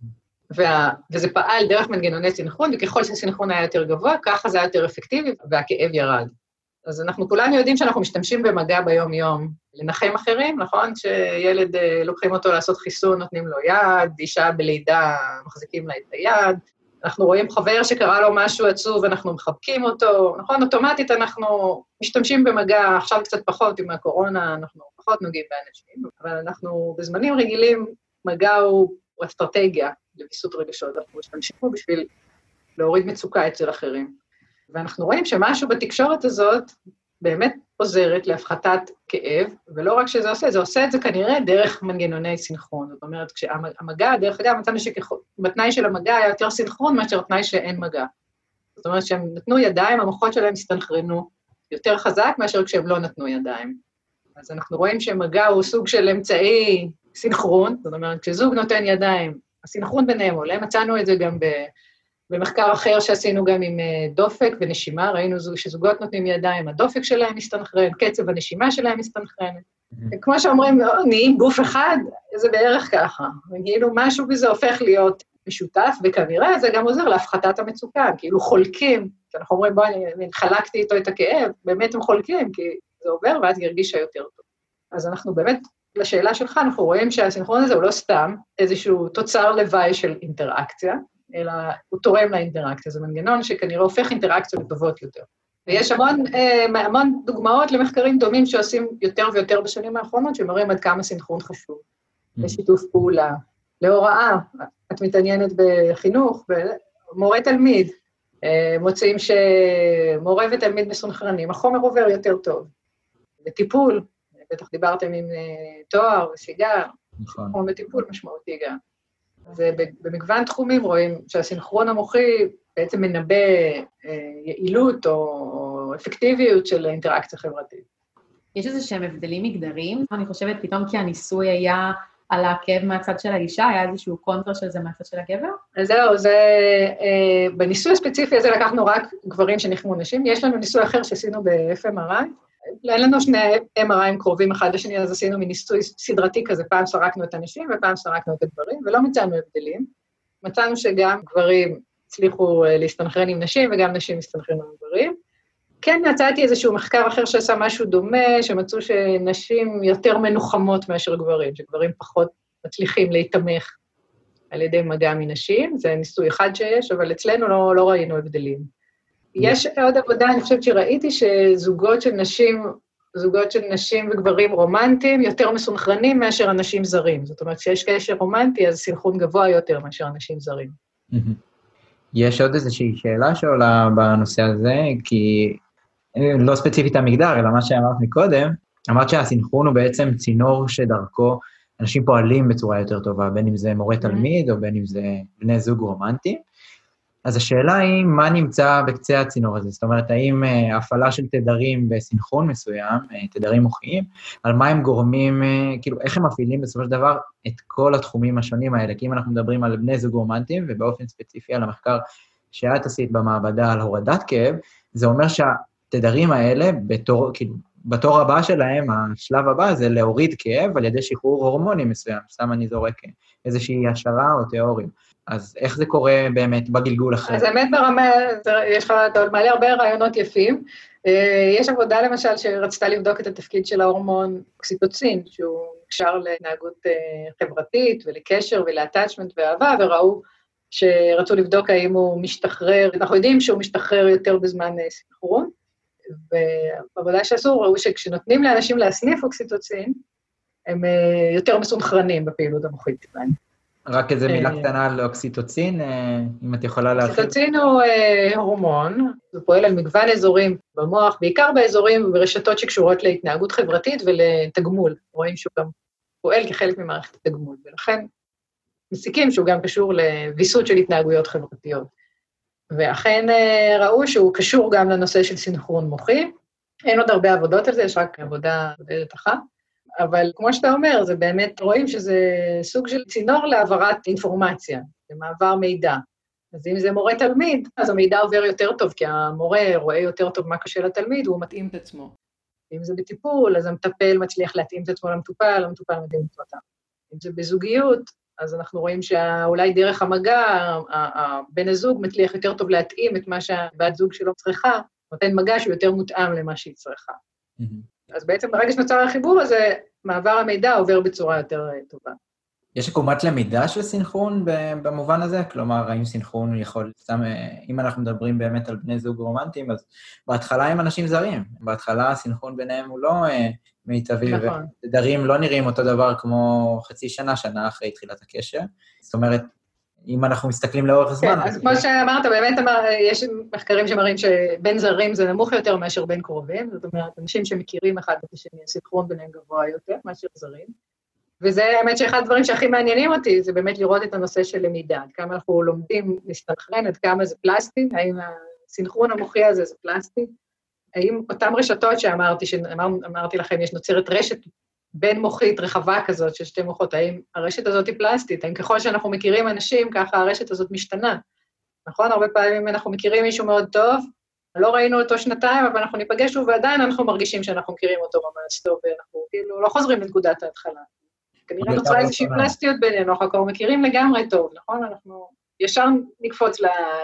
וזה פעל דרך מנגנוני סינכרון, וככל שסינכרון היה יותר גבוה, ככה זה היה יותר אפקטיבי, והכאב ירד. אז אנחנו כולנו יודעים שאנחנו משתמשים במגע ביום-יום, לנחם אחרים, נכון? שילד לוקחים אותו לעשות חיסון, נותנים לו יד, אישה בלידה מחזיקים לה את היד, אנחנו רואים חבר שקרה לו משהו עצוב, אנחנו מחבקים אותו, נכון? אוטומטית אנחנו משתמשים במגע, עכשיו קצת פחות עם הקורונה, אנחנו פחות נוגעים באנשים, אבל אנחנו בזמנים רגילים, מגע הוא אסטרטגיה לביסות רגשות, אנחנו משתמשים פה בשביל להוריד מצוקה אצל אחרים. ואנחנו רואים שמשהו בתקשורת הזאת באמת עוזרת להפחתת כאב, ולא רק שזה עושה, זה עושה את זה כנראה דרך מנגנוני סינכרון. זאת אומרת, כשהמגע, דרך אגב, מצאנו שבתנאי של המגע היה יותר סינכרון מאשר תנאי שאין מגע. זאת אומרת, כשהם נתנו ידיים, המוחות שלהם הסתנכרנו יותר חזק מאשר כשהם לא נתנו ידיים. אז אנחנו רואים שמגע הוא סוג של אמצעי סינכרון, זאת אומרת, כשזוג נותן ידיים, הסינכרון ביניהם עולה, מצאנו את זה גם במחקר אחר שעשינו גם עם דופק ונשימה, ראינו שזוגות נותנים ידיים, הדופק שלהם מסתנכרן, קצב הנשימה שלהם מסתנכרן. כמו שאומרים, נהיים גוף אחד, זה בערך ככה. כאילו משהו בזה הופך להיות משותף, וכנראה זה גם עוזר להפחתת המצוקה, כאילו חולקים, כשאנחנו אומרים, בוא, אני חלקתי איתו את הכאב, באמת הם חולקים, כי זה עובר ואז ירגיש יותר טוב. אז אנחנו באמת, לשאלה שלך, אנחנו רואים שהסינכרון הזה הוא לא סתם איזשהו תוצר לוואי של אינטראקציה, אלא הוא תורם לאינטראקציה, זה מנגנון שכנראה הופך אינטראקציות לטובות יותר. ויש המון דוגמאות למחקרים דומים שעושים יותר ויותר בשנים האחרונות, שמראים עד כמה סינכרון חשוב, לשיתוף פעולה, להוראה, את מתעניינת בחינוך, מורה תלמיד, מוצאים שמורה ותלמיד מסונכרנים, החומר עובר יותר טוב, בטיפול, בטח דיברתם עם תואר וסיגר, חומר בטיפול משמעותי גם. ובמגוון תחומים רואים שהסינכרון המוחי בעצם מנבא יעילות או אפקטיביות של אינטראקציה חברתית. יש איזה שהם הבדלים מגדריים? אני חושבת פתאום כי הניסוי היה על הכאב מהצד של האישה, היה איזשהו קונטרה של זה מהצד של הגבר? אז זהו, בניסוי הספציפי הזה לקחנו רק גברים שנחמו נשים, יש לנו ניסוי אחר שעשינו ב-FMRI, אין לנו שני MRI'ים קרובים אחד לשני, אז עשינו מניסוי סדרתי כזה, פעם סרקנו את הנשים ופעם סרקנו את הגברים, ולא מצאנו הבדלים. מצאנו שגם גברים הצליחו להסתנכרן עם נשים, וגם נשים הסתנכרנו עם גברים. כן, מצאתי איזשהו מחקר אחר שעשה משהו דומה, שמצאו שנשים יותר מנוחמות מאשר גברים, שגברים פחות מצליחים להתמך על ידי מגע מנשים, זה ניסוי אחד שיש, אבל אצלנו לא ראינו הבדלים. יש עוד עבודה, אני חושבת שראיתי שזוגות של נשים וגברים רומנטיים יותר מסונכרנים מאשר אנשים זרים. זאת אומרת, כשיש קשר רומנטי, אז סינכרון גבוה יותר מאשר אנשים זרים. יש עוד איזושהי שאלה שעולה בנושא הזה, כי לא ספציפית המגדר, אלא מה שאמרת מקודם, אמרת שהסינכרון הוא בעצם צינור שדרכו אנשים פועלים בצורה יותר טובה, בין אם זה מורה תלמיד או בין אם זה בני זוג רומנטיים. אז השאלה היא, מה נמצא בקצה הצינור הזה? זאת אומרת, האם הפעלה של תדרים בסינכרון מסוים, תדרים מוחיים, על מה הם גורמים, כאילו, איך הם מפעילים בסופו של דבר את כל התחומים השונים האלה? כי אם אנחנו מדברים על בני זוג רומנטיים, ובאופן ספציפי על המחקר שאת עשית במעבדה על הורדת כאב, זה אומר שהתדרים האלה, בתור הבא שלהם, השלב הבא זה להוריד כאב על ידי שחרור הורמונים מסוים, סתם אני זורק איזושהי השערה או תיאוריה. אז איך זה קורה באמת בגלגול אחרי? אז באמת ברמה, יש לך, אתה מעלה הרבה רעיונות יפים. יש עבודה למשל שרצתה לבדוק את התפקיד של ההורמון אוקסיטוצין, שהוא נקשר להתנהגות חברתית ולקשר ולאטאצ'מנט ואהבה, וראו שרצו לבדוק האם הוא משתחרר, אנחנו יודעים שהוא משתחרר יותר בזמן סינכרון, ובעבודה שעשו ראו שכשנותנים לאנשים להסניף אוקסיטוצין, הם יותר מסונכרנים בפעילות המוחית שלהם. רק איזה מילה קטנה על אוקסיטוצין, אם את יכולה להרחיב. אוקסיטוצין הוא הורמון, הוא פועל על מגוון אזורים במוח, בעיקר באזורים וברשתות שקשורות להתנהגות חברתית ולתגמול. רואים שהוא גם פועל כחלק ממערכת התגמול, ולכן מסיקים שהוא גם קשור לוויסות של התנהגויות חברתיות. ואכן ראו שהוא קשור גם לנושא של סינכרון מוחי. אין עוד הרבה עבודות על זה, יש רק עבודה בודדת אחת. אבל כמו שאתה אומר, זה באמת רואים שזה סוג של צינור להעברת אינפורמציה, למעבר מידע. אז אם זה מורה תלמיד, אז המידע עובר יותר טוב, כי המורה רואה יותר טוב מה קשה לתלמיד, והוא מתאים את עצמו. אם זה בטיפול, אז המטפל מצליח להתאים את עצמו למטופל, המטופל מתאים את עצמו. אם זה בזוגיות, אז אנחנו רואים שאולי דרך המגע, בן הזוג מצליח יותר טוב להתאים את מה שהבת זוג שלו צריכה, נותן מגע שהוא יותר מותאם למה שהיא צריכה. אז בעצם ברגע שנוצר החיבור הזה, מעבר המידע עובר בצורה יותר טובה. יש עקומת למידה של סינכרון במובן הזה? כלומר, האם סינכרון יכול, סתם, אם אנחנו מדברים באמת על בני זוג רומנטיים, אז בהתחלה הם אנשים זרים. בהתחלה הסינכרון ביניהם הוא לא מיטבי, נכון. ודרים לא נראים אותו דבר כמו חצי שנה, שנה אחרי תחילת הקשר. זאת אומרת, אם אנחנו מסתכלים לאורך הזמן... כן, אז כמו שאמרת, באמת יש מחקרים שמראים שבין זרים זה נמוך יותר מאשר בין קרובים, זאת אומרת, אנשים שמכירים אחד את השני, הסינכרון ביניהם גבוה יותר מאשר זרים, וזה האמת שאחד הדברים שהכי מעניינים אותי, זה באמת לראות את הנושא של למידה, עד כמה אנחנו לומדים להסתנכרן, עד כמה זה פלסטי, האם הסינכרון המוחי הזה זה פלסטי, האם אותם רשתות שאמרתי לכם, יש נוצרת רשת בין מוחית רחבה כזאת של שתי מוחות, האם הרשת הזאת היא פלסטית, האם ככל שאנחנו מכירים אנשים, ככה הרשת הזאת משתנה. נכון? הרבה פעמים אנחנו מכירים מישהו מאוד טוב, לא ראינו אותו שנתיים, אבל אנחנו ניפגש שוב, ועדיין אנחנו מרגישים שאנחנו מכירים אותו ממש טוב, ואנחנו כאילו לא חוזרים לנקודת ההתחלה. כנראה נוצרה איזושהי פלסטיות בינינו, אנחנו כבר מכירים לגמרי טוב, נכון? אנחנו ישר נקפוץ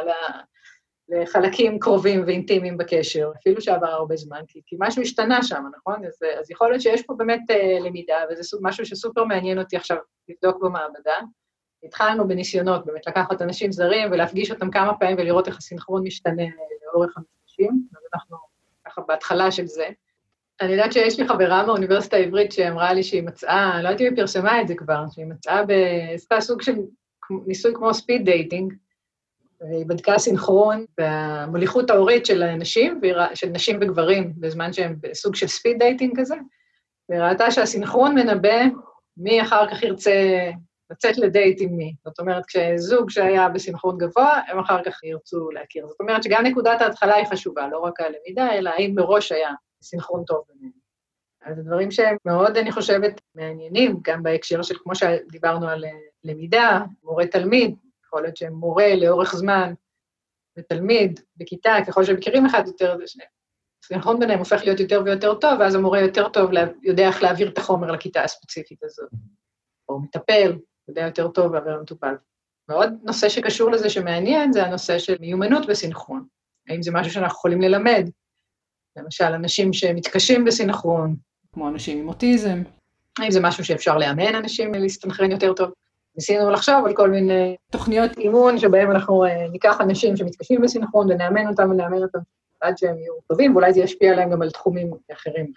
לחלקים קרובים ואינטימיים בקשר, אפילו שעבר הרבה זמן, כי משהו השתנה שם, נכון? אז יכול להיות שיש פה באמת למידה, וזה משהו שסופר מעניין אותי עכשיו לבדוק במעבדה. התחלנו בניסיונות, באמת לקחת אנשים זרים ולהפגיש אותם כמה פעמים ולראות איך הסינכרון משתנה לאורך המפגשים, אז אנחנו ככה בהתחלה של זה. אני יודעת שיש לי חברה מהאוניברסיטה העברית שאמרה לי שהיא מצאה, לא יודעת אם היא פרסמה את זה כבר, שהיא מצאה בעשתה סוג של ניסוי כמו ספיד דייטינג, והיא בדקה סינכרון והמוליכות ההורית של אנשים, של נשים וגברים, בזמן שהם בסוג של ספיד דייטינג כזה, וראתה שהסינכרון מנבא מי אחר כך ירצה לצאת לדייט עם מי. זאת אומרת, כשזוג שהיה בסינכרון גבוה, הם אחר כך ירצו להכיר. זאת אומרת שגם נקודת ההתחלה היא חשובה, לא רק הלמידה, אלא האם בראש היה סינכרון טוב ביניהם. אז הדברים שהם מאוד, אני חושבת, מעניינים, גם בהקשר של כמו שדיברנו על למידה, מורה תלמיד, יכול להיות שהם מורה לאורך זמן, ותלמיד בכיתה, ככל שהם מכירים אחד יותר, סינכרון ביניהם הופך להיות יותר ויותר טוב, ואז המורה יותר טוב יודע איך להעביר את החומר לכיתה הספציפית הזאת. או מטפל, יודע יותר טוב להעביר למטופל. ועוד נושא שקשור לזה שמעניין, זה הנושא של מיומנות בסינכרון. האם זה משהו שאנחנו יכולים ללמד? למשל, אנשים שמתקשים בסינכרון, כמו אנשים עם אוטיזם, האם זה משהו שאפשר לאמן אנשים להסתנכרן יותר טוב? ניסינו לחשוב על כל מיני תוכניות אימון, שבהם אנחנו ניקח אנשים שמתקשים בסינכרון, ונאמן אותם עד שהם יהיו טובים, ואולי זה ישפיע עליהם גם על תחומים אחרים.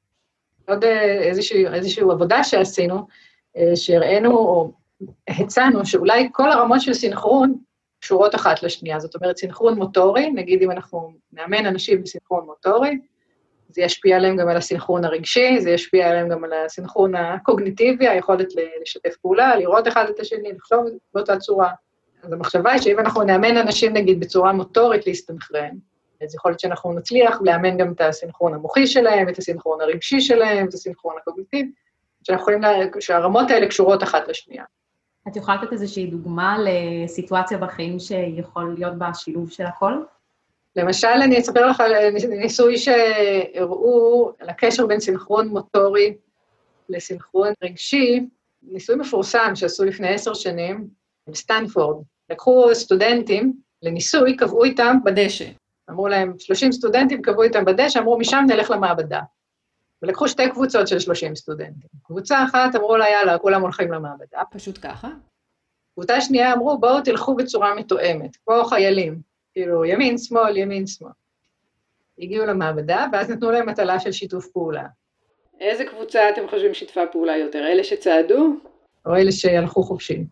עוד איזושהי עבודה שעשינו, שהראינו או הצענו שאולי כל הרמות של סינכרון קשורות אחת לשנייה, זאת אומרת סינכרון מוטורי, נגיד אם אנחנו נאמן אנשים בסינכרון מוטורי, זה ישפיע עליהם גם על הסינכרון הרגשי, זה ישפיע עליהם גם על הסינכרון הקוגניטיבי, היכולת לשתף פעולה, לראות אחד את השני, לחשוב באותה צורה. אז המחשבה היא שאם אנחנו נאמן אנשים נגיד בצורה מוטורית להסתנכרן, אז יכול להיות שאנחנו נצליח לאמן גם את הסינכרון המוחי שלהם, את הסינכרון הרגשי שלהם, את הסינכרון הקוגניטיבי, שהרמות האלה קשורות אחת לשנייה. את יכולה לתת איזושהי דוגמה לסיטואציה בחיים שיכול להיות בה שילוב של הכל? למשל, אני אספר לך על ניסוי שהראו על הקשר בין סינכרון מוטורי לסינכרון רגשי, ניסוי מפורסם שעשו לפני 10 שנים בסטנפורד. לקחו סטודנטים לניסוי, קבעו איתם בדשא. אמרו להם, 30 סטודנטים קבעו איתם בדשא, אמרו, משם נלך למעבדה. ולקחו 2 קבוצות של 30 סטודנטים. קבוצה אחת אמרו לה, יאללה, כולם הולכים למעבדה, פשוט ככה. קבוצה שנייה אמרו, בואו תלכו בצורה מתואמת, כמו חיילים, כאילו ימין, שמאל, ימין, שמאל. הגיעו למעבדה, ואז נתנו להם מטלה של שיתוף פעולה. איזה קבוצה אתם חושבים שיתפה פעולה יותר? אלה שצעדו, או אלה שהלכו חופשי?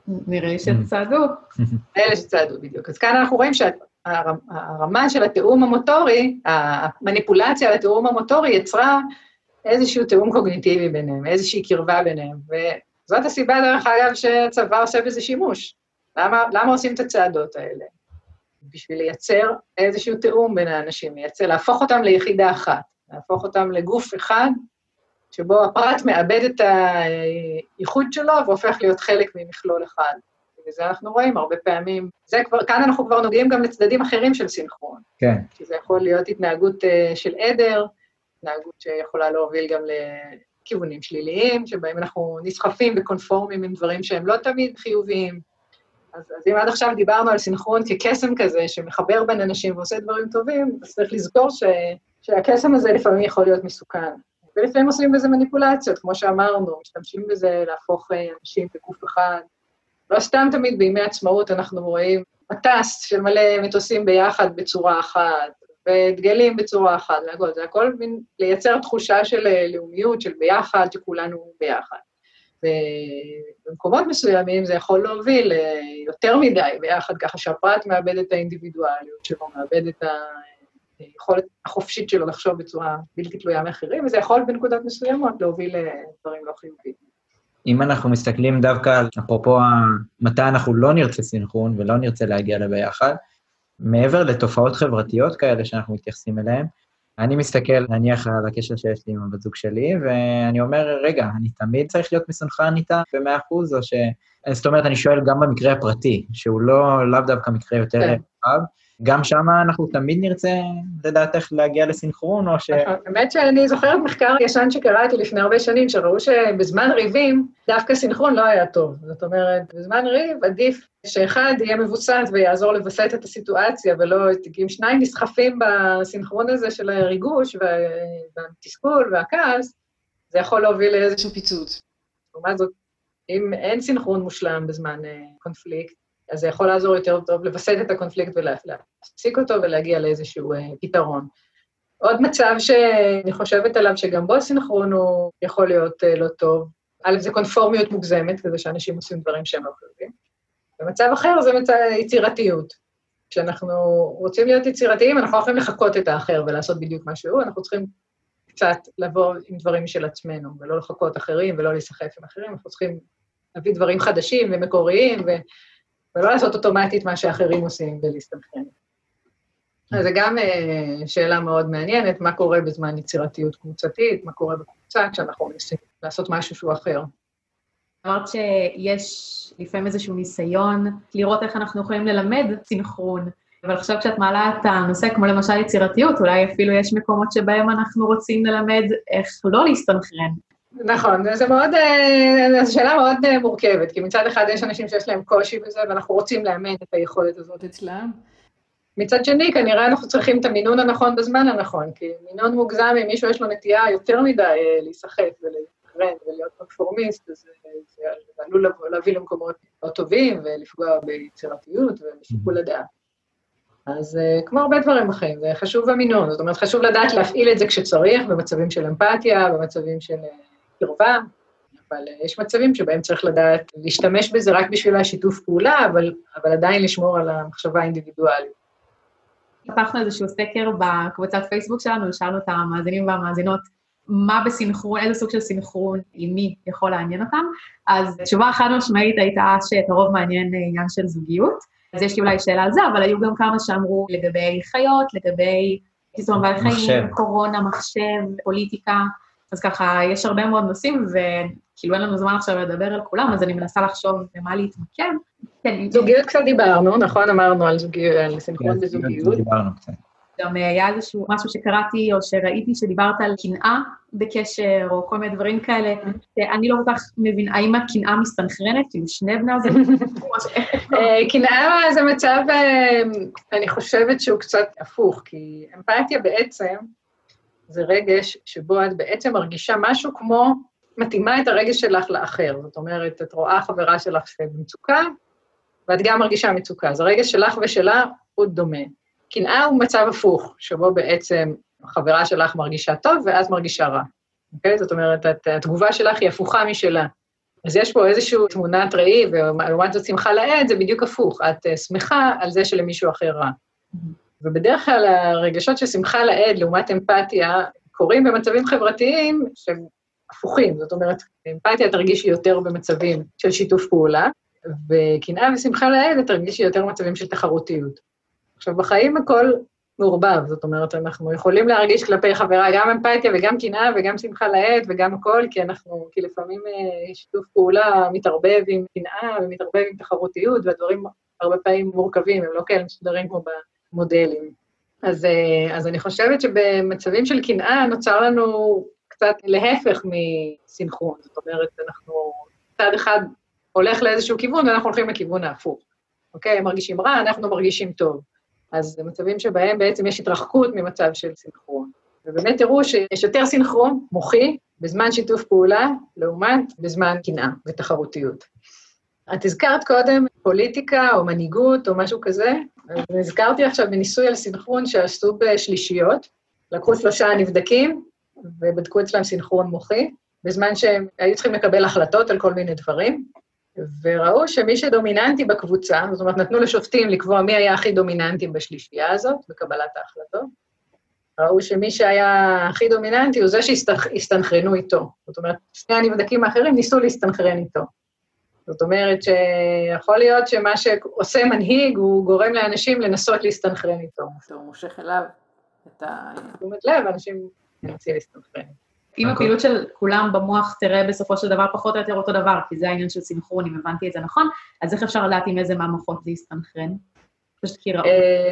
נראה לי שצעדו. אלה שצעדו בדיוק. אז כאן אנחנו רואים שהרמה של התיאום המוטורי, המניפולציה על התיאום המוטורי יצרה איזשהו תיאום קוגניטיבי ביניהם, איזושהי קרבה ביניהם, וזאת הסיבה דרך אגב שהצבא עושה בזה שימוש. למה עושים את הצעדות האלה? בשביל לייצר איזשהו תיאום בין האנשים, להפוך אותם ליחידה אחת, להפוך אותם לגוף אחד, שבו הפרט מאבד את הייחוד שלו, והופך להיות חלק ממכלול אחד. וזה אנחנו רואים הרבה פעמים. כאן אנחנו כבר נוגעים גם לצדדים אחרים של סינכרון. כן. שזה יכול להיות התנהגות של עדר, התנהגות שיכולה להוביל גם לכיוונים שליליים, שבהם אנחנו נסחפים וקונפורמים עם דברים שהם לא תמיד חיוביים. אז אם עד עכשיו דיברנו על סינכרון כקסם כזה, שמחבר בין אנשים ועושה דברים טובים, אז צריך לזכור שהקסם הזה לפעמים יכול להיות מסוכן. ולפעמים עושים בזה מניפולציות, כמו שאמרנו, משתמשים בזה להפוך אנשים בגוף אחד. לא סתם תמיד בימי עצמאות אנחנו רואים מטס של מלא מטוסים ביחד בצורה אחת, ודגלים בצורה אחת, זה הכל לייצר תחושה של לאומיות, של ביחד, שכולנו ביחד. ובמקומות מסוימים זה יכול להוביל יותר מדי ביחד, ככה שהפרט מאבד את האינדיבידואליות שלו, מאבד את היכולת החופשית שלו לחשוב בצורה בלתי תלויה מאחרים, וזה יכול בנקודות מסוימות להוביל דברים לא חיוביים. אם אנחנו מסתכלים דווקא על, אפרופו, מתי אנחנו לא נרצה סינכרון ולא נרצה להגיע לביחד, מעבר לתופעות חברתיות כאלה שאנחנו מתייחסים אליהן, אני מסתכל, נניח על הקשר שיש לי עם הבת זוג שלי, ואני אומר, רגע, אני תמיד צריך להיות מסונכרן איתה ב100%, או זאת אומרת, אני שואל גם במקרה הפרטי, שהוא לאו דווקא מקרה יותר רחב, גם שם אנחנו תמיד נרצה, לדעתך, להגיע לסינכרון, או ש... האמת שאני זוכרת מחקר ישן שקראתי לפני הרבה שנים, שראו שבזמן ריבים, דווקא סינכרון לא היה טוב. זאת אומרת, בזמן ריב עדיף שאחד יהיה מבוסת ויעזור לבסט את הסיטואציה, ולא אם שניים נסחפים בסינכרון הזה של הריגוש והתסכול והכעס, זה יכול להוביל לאיזשהו פיצוץ. לעומת זאת, אם אין סינכרון מושלם בזמן קונפליקט, אז זה יכול לעזור יותר טוב לבסט את הקונפליקט ולהפסיק אותו ולהגיע לאיזשהו פתרון. עוד מצב שאני חושבת עליו שגם בו סינכרון הוא יכול להיות לא טוב, א' זה קונפורמיות מוגזמת, כזה שאנשים עושים דברים שהם לא חייבים. ומצב אחר זה יצירתיות. כשאנחנו רוצים להיות יצירתיים, אנחנו לא יכולים לחכות את האחר ולעשות בדיוק מה שהוא, אנחנו צריכים קצת לבוא עם דברים של עצמנו, ולא לחכות אחרים ולא להיסחף עם אחרים, אנחנו צריכים להביא דברים חדשים ומקוריים ולא לעשות אוטומטית מה שאחרים עושים ולהסתנכרן. אז זה גם שאלה מאוד מעניינת, מה קורה בזמן יצירתיות קבוצתית, מה קורה בקבוצה כשאנחנו מנסים לעשות משהו שהוא אחר. אמרת שיש לפעמים איזשהו ניסיון לראות איך אנחנו יכולים ללמד סינכרון, אבל עכשיו כשאת מעלה את הנושא כמו למשל יצירתיות, אולי אפילו יש מקומות שבהם אנחנו רוצים ללמד איך לא להסתנכרן. נכון, זו שאלה מאוד מורכבת, כי מצד אחד יש אנשים שיש להם קושי בזה, ואנחנו רוצים לאמן את היכולת הזאת אצלם. מצד שני, כנראה אנחנו צריכים את המינון הנכון בזמן הנכון, כי מינון מוגזם, אם מישהו יש לו נטייה יותר מדי להיסחף ולהתקרן ולהיות קונפורמיסט, אז זה עלול להביא למקומות לא טובים ולפגוע ביצירתיות ובשיקול הדעת. אז כמו הרבה דברים בחיים, זה חשוב המינון, זאת אומרת, חשוב לדעת להפעיל את זה כשצריך, במצבים של אמפתיה, במצבים של קרבה, אבל יש מצבים שבהם צריך לדעת להשתמש בזה רק בשביל השיתוף פעולה, אבל עדיין לשמור על המחשבה האינדיבידואלית. פתחנו איזשהו סקר בקבוצת פייסבוק שלנו, ושאלנו את המאזינים והמאזינות, מה בסינכרון, איזה סוג של סינכרון, עם מי יכול לעניין אותם, אז תשובה חד משמעית הייתה שאת הרוב מעניין עניין של זוגיות, אז יש לי אולי שאלה על זה, אבל היו גם כמה שאמרו לגבי חיות, לגבי קיצור בעלי חיים, קורונה, מחשב, פוליטיקה, אז ככה יש הרבה מאוד נושאים, וכאילו אין לנו זמן עכשיו לדבר על כולם, אז אני מנסה לחשוב במה להתמקם. זוגיות קצת דיברנו, נכון? אמרנו על סינכרון בזוגיות. דיברנו קצת. גם היה איזשהו משהו שקראתי, או שראיתי שדיברת על קנאה בקשר, או כל מיני דברים כאלה, שאני לא כל כך מבין, האם הקנאה מסתנכרנת, כאילו שני בני הזה? קנאה זה מצב, אני חושבת שהוא קצת הפוך, כי אמפתיה בעצם, זה רגש שבו את בעצם מרגישה משהו כמו, מתאימה את הרגש שלך לאחר, זאת אומרת, את רואה חברה שלך במצוקה, ואת גם מרגישה מצוקה, אז הרגש שלך ושלה הוא דומה. קנאה הוא מצב הפוך, שבו בעצם החברה שלך מרגישה טוב, ואז מרגישה רע. אוקיי? זאת אומרת, התגובה שלך היא הפוכה משלה. אז יש פה איזושהי תמונת ראי, ולעומת זאת שמחה לעד, זה בדיוק הפוך. את שמחה על זה שלמישהו אחר רע. ובדרך כלל הרגשות של שמחה לעד, לעומת אמפתיה, קורים במצבים חברתיים שהם הפוכים. זאת אומרת, אמפתיה תרגישי יותר במצבים של שיתוף פעולה, וקנאה ושמחה לעד תרגישי יותר במצבים של תחרותיות. עכשיו, בחיים הכל מעורבב, זאת אומרת, אנחנו יכולים להרגיש כלפי חברה גם אמפתיה וגם קנאה וגם שמחה לעד וגם הכל, כי לפעמים שיתוף פעולה מתערבב עם קנאה ומתערבב עם תחרותיות, והדברים הרבה פעמים מורכבים, הם לא כאלה מסודרים כמו במודלים. אז אני חושבת שבמצבים של קנאה נוצר לנו קצת להפך מסינכרון, זאת אומרת, אנחנו צד אחד הולך לאיזשהו כיוון, ואנחנו הולכים לכיוון ההפוך. אוקיי, הם מרגישים רע, אנחנו מרגישים טוב. אז זה מצבים שבהם בעצם יש התרחקות ממצב של סינכרון. ובאמת תראו שיש יותר סינכרון מוחי בזמן שיתוף פעולה, לעומת בזמן קנאה ותחרותיות. את הזכרת קודם פוליטיקה או מנהיגות או משהו כזה, אז הזכרתי עכשיו בניסוי על סינכרון שעשו בשלישיות, לקחו 3 נבדקים ובדקו אצלם סינכרון מוחי, בזמן שהם היו צריכים לקבל החלטות על כל מיני דברים, וראו שמי שדומיננטי בקבוצה, זאת אומרת, נתנו לשופטים לקבוע מי היה הכי דומיננטי בשלישייה הזאת, בקבלת ההחלטות, ראו שמי שהיה הכי דומיננטי הוא זה שהסתנכרנו איתו. זאת אומרת, 2 הנבדקים האחרים ניסו להסתנכרן איתו. זאת אומרת שיכול להיות שמה שעושה מנהיג הוא גורם לאנשים לנסות להסתנכרן איתו. הוא מושך אליו את תשומת לב, אנשים מנסים להסתנכרן. אם הפעילות של כולם במוח תראה בסופו של דבר פחות או יותר אותו דבר, כי זה העניין של סינכרון, אם הבנתי את זה נכון, אז איך אפשר לדעת עם איזה מהמוחות זה יסתנכרן? פשוט כיראו.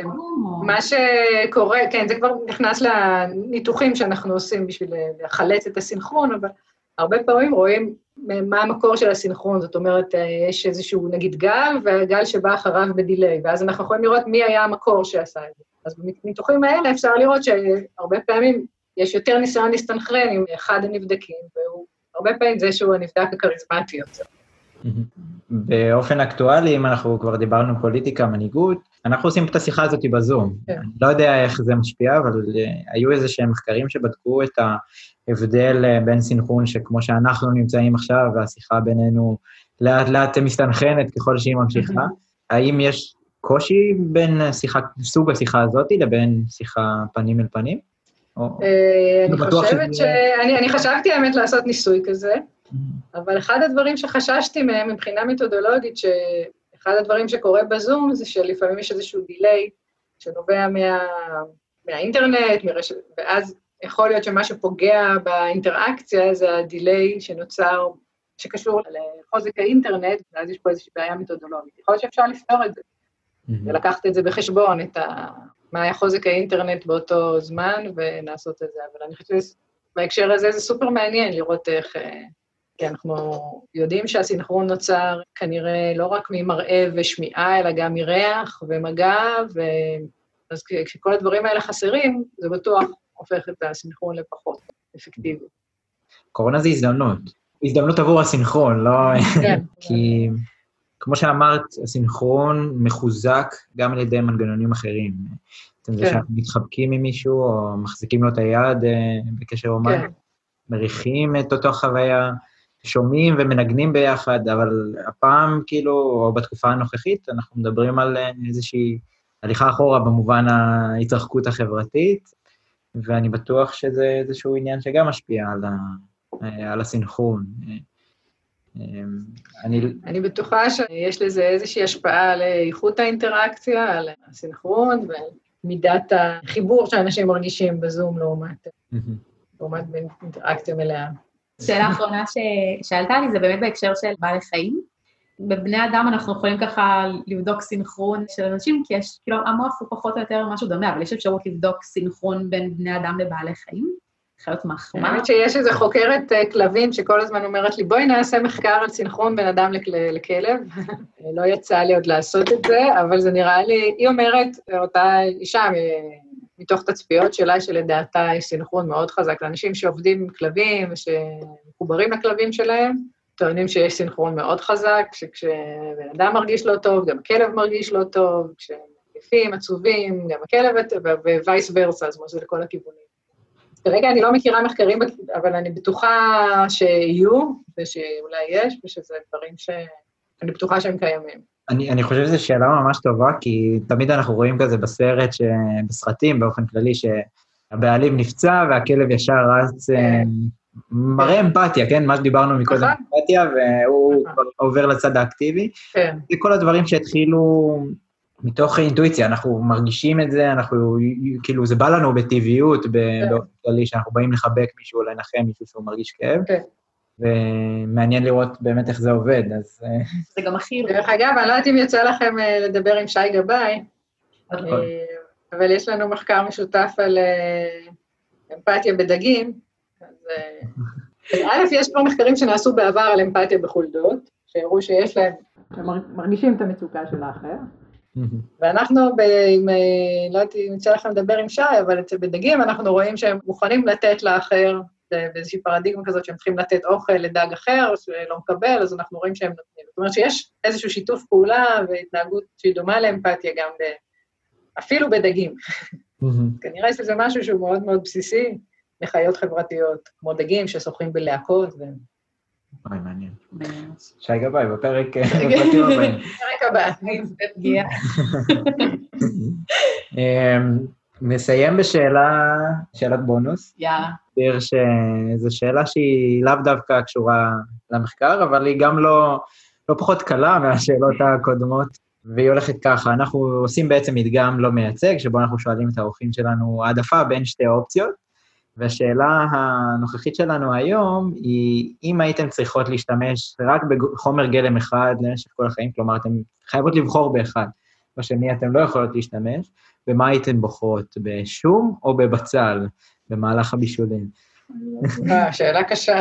מה שקורה, כן, זה כבר נכנס לניתוחים שאנחנו עושים בשביל לחלץ את הסינכרון, אבל הרבה פעמים רואים מה המקור של הסינכרון, זאת אומרת, יש איזשהו נגיד גל, והגל שבא אחריו בדיליי, ואז אנחנו יכולים לראות מי היה המקור שעשה את זה. אז בניתוחים האלה אפשר לראות שהרבה פעמים יש יותר ניסיון להסתנכרן עם אחד הנבדקים, והוא הרבה פעמים זה שהוא הנבדק הכריזמטי יותר. באופן אקטואלי, אם אנחנו כבר דיברנו פוליטיקה, מנהיגות, אנחנו עושים את השיחה הזאת בזום. אני לא יודע איך זה משפיע, אבל היו איזה שהם מחקרים שבדקו את ההבדל בין סינכרון, שכמו שאנחנו נמצאים עכשיו, והשיחה בינינו לאט לאט מסתנכרנת ככל שהיא ממשיכה. האם יש קושי בין סוג השיחה הזאת לבין שיחה פנים אל פנים? אני חשבתי האמת לעשות ניסוי כזה, אבל אחד הדברים שחששתי מהם מבחינה מתודולוגית, שאחד הדברים שקורה בזום זה שלפעמים יש איזשהו דיליי שנובע מהאינטרנט, ואז יכול להיות שמה שפוגע באינטראקציה זה הדיליי שנוצר, שקשור לחוזק האינטרנט, ואז יש פה איזושהי בעיה מתודולוגית. יכול להיות שאפשר לפתור את זה, ולקחת את זה בחשבון, מה היה חוזק האינטרנט באותו זמן, ונעשות את זה. אבל אני חושבת שבהקשר הזה זה סופר מעניין לראות איך, כי אנחנו יודעים שהסינכרון נוצר כנראה לא רק ממראה ושמיעה, אלא גם מריח ומגע, אז כשכל הדברים האלה חסרים, זה בטוח הופך את הסינכרון לפחות אפקטיבי. קורונה זה הזדמנות עבור הסינכרון, לא... כן. כי כמו שאמרת, הסינכרון מחוזק גם על ידי מנגנונים אחרים. אתם זה שאנחנו מתחבקים עם מישהו, או מחזיקים לו את היד בקשר אומן, מריחים את אותו חוויה, שומעים ומנגנים ביחד, אבל הפעם, כאילו, או בתקופה הנוכחית, אנחנו מדברים על איזושהי הליכה אחורה במובן ההתרחקות החברתית, ואני בטוח שזה איזשהו עניין שגם משפיע על הסינכרון. אני בטוחה שיש לזה איזושהי השפעה על איכות האינטראקציה, על הסינכרון ומידת החיבור שאנשים מרגישים בזום לעומת באינטראקציה מלאה. שאלה האחרונה ששאלתה לי, זה באמת בהקשר של בעלי חיים. בבני אדם אנחנו יכולים ככה לבדוק סינכרון של אנשים, כי יש, כאילו, המוח הוא פחות או יותר משהו דומה, אבל יש אפשרות לבדוק סינכרון בין בני אדם לבעלי חיים. חיות מחמר. אני חושבת שיש איזו חוקרת כלבים שכל הזמן אומרת לי, בואי נעשה מחקר על סינכרון בין אדם לכלב. לא יצא לי עוד לעשות את זה, אבל זה נראה לי, היא אומרת, אותה אישה, מתוך תצפיות שלה, שלדעתה יש סינכרון מאוד חזק, לאנשים שעובדים עם כלבים, ושמחוברים לכלבים שלהם, טוענים שיש סינכרון מאוד חזק, שכשבן אדם מרגיש לא טוב, גם הכלב מרגיש לא טוב, כשהם יפים, עצובים, גם הכלב, ווייס ורסה, זאת אומרת, זה לכל הכיוונים. כרגע אני לא מכירה מחקרים, אבל אני בטוחה שיהיו, ושאולי יש, ושזה דברים שאני בטוחה שהם קיימים. אני חושב שזו שאלה ממש טובה, כי תמיד אנחנו רואים כזה בסרטים, באופן כללי, שהבעלים נפצע, והכלב ישר רץ, מראה אמפתיה, כן? מה שדיברנו מקודם, אמפתיה, והוא עובר לצד האקטיבי. זה כל הדברים שהתחילו מתוך אינטואיציה, אנחנו מרגישים את זה, כאילו, זה בא לנו בטבעיות, באופן כללי, שאנחנו באים לחבק מישהו, או לנחם מישהו שהוא מרגיש כאב. ומעניין לראות באמת איך זה עובד, אז... זה גם הכי... דרך אגב, אני לא יודעת אם יצא לכם לדבר עם שי גבאי, אבל יש לנו מחקר משותף על אמפתיה בדגים, אז א', יש כבר מחקרים שנעשו בעבר על אמפתיה בחולדות, שהראו שיש להם, מרגישים את המצוקה של האחר, ואנחנו, לא יודעת אם יצא לכם לדבר עם שי, אבל בדגים אנחנו רואים שהם מוכנים לתת לאחר, באיזושהי פרדיגמה כזאת שהם צריכים לתת אוכל לדג אחר, שלא מקבל, אז אנחנו רואים שהם נותנים. זאת אומרת שיש איזשהו שיתוף פעולה והתנהגות שהיא דומה לאמפתיה גם אפילו בדגים. כנראה שזה משהו שהוא מאוד מאוד בסיסי לחיות חברתיות, כמו דגים ששוחים בלהקות. אוי, מעניין. שי גבאי, בפרק הבאים. בפרק הבא. נסיים שאלת בונוס. יאללה. שזו שאלה שהיא לאו דווקא קשורה למחקר, אבל היא גם לא פחות קלה מהשאלות הקודמות, והיא הולכת ככה, אנחנו עושים בעצם מדגם לא מייצג, שבו אנחנו שואלים את האורחים שלנו העדפה בין שתי אופציות, והשאלה הנוכחית שלנו היום היא, אם הייתם צריכות להשתמש רק בחומר גלם אחד למשך כל החיים, כלומר, אתם חייבות לבחור באחד, בשני אתם לא יכולות להשתמש, במה הייתם בוחרות, בשום או בבצל, במהלך הבישולים? שאלה קשה.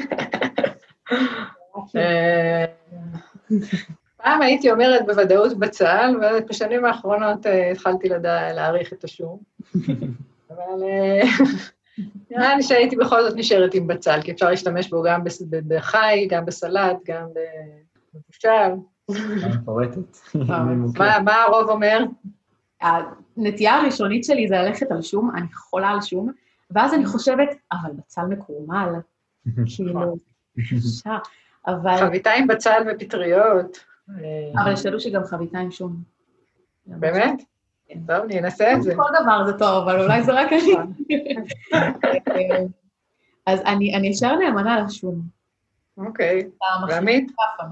פעם הייתי אומרת בוודאות בצל, ובשנים האחרונות התחלתי להעריך את השום. אבל נראה לי שהייתי בכל זאת נשארת עם בצל, כי אפשר להשתמש בו גם בחי, גם בסלט, גם בבושל. פורטת. מה הרוב אומר? הנטייה הראשונית שלי זה ללכת על שום, אני חולה על שום, ואז אני חושבת, אבל בצל מקורמל, כאילו, אבל... חביתה עם בצל ופטריות. אבל שתדעו שגם חביתה עם שום. באמת? טוב, אני אנסה את זה. כל דבר זה טוב, אבל אולי זה רק אני. אז אני אשאר נאמנה לשום. אוקיי, ועמית?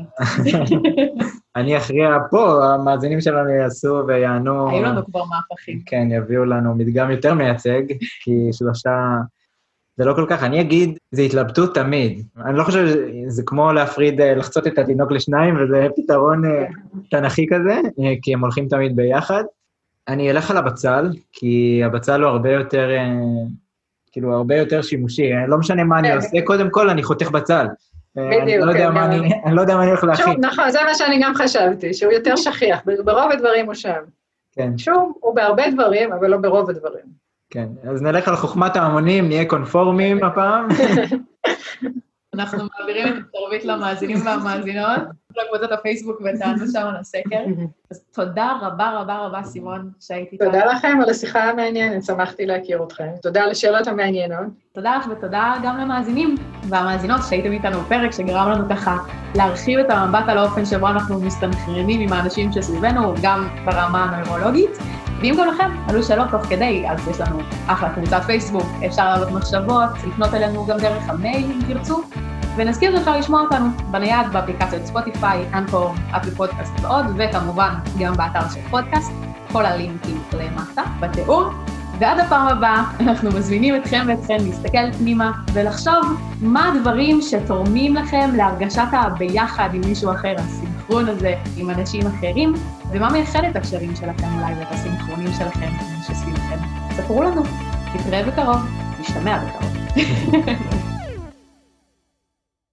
אני אחרי פה, המאזינים שלנו יעשו ויענו... היו לנו כבר מהפכים. כן, יביאו לנו מדגם יותר מייצג, כי שלושה... זה לא כל כך, אני אגיד, זה התלבטות תמיד. אני לא חושב שזה כמו להפריד, לחצות את התינוק לשניים, וזה פתרון תנכי כזה, כי הם הולכים תמיד ביחד. אני אלך על הבצל, כי הבצל הוא הרבה יותר, כאילו, הרבה יותר שימושי. לא משנה מה אני עושה, קודם כל אני חותך בצל. אני לא יודע מה אני הולך להכין. נכון, זה מה שאני גם חשבתי, שהוא יותר שכיח, ברוב הדברים הוא שם. כן. שום, הוא בהרבה דברים, אבל לא ברוב הדברים. כן, אז נלך על חוכמת ההמונים, נהיה קונפורמים הפעם. אנחנו מעבירים את התרבית למאזינים והמאזינות, לקבוצת הפייסבוק ותענו שם על הסקר. אז תודה רבה רבה רבה, סימון, שהייתי כאן. תודה לכם על השיחה המעניינת, שמחתי להכיר אתכם. תודה על השאלות המעניינות. תודה לך ותודה גם למאזינים והמאזינות שהייתם איתנו בפרק, שגרם לנו ככה להרחיב את המבט על האופן שבו אנחנו מסתנכרנים עם האנשים שסביבנו, גם ברמה הנוירולוגית. ואם גם לכם עלו שאלות תוך כדי, אז יש לנו אחלה קבוצת פייסבוק, אפשר לעלות מחשבות, לפנות אלינו גם דרך המייל אם תרצו, ונזכיר שאפשר לשמוע אותנו בנייד, באפליקציות ספוטיפיי, אנקור, אפל פודקאסט ועוד, וכמובן גם באתר של פודקאסט, כל הלינקים למטה, בתיאור. ועד הפעם הבאה אנחנו מזמינים אתכם ואתכן להסתכל פנימה ולחשוב מה הדברים שתורמים לכם להרגשת הביחד עם מישהו אחר, הסינכרון הזה עם אנשים אחרים, ומה מייחד את הקשרים שלכם אולי ואת הסינכרונים שלכם עם שסביבכם. ספרו לנו, נתראה בקרוב, נשתמע בקרוב.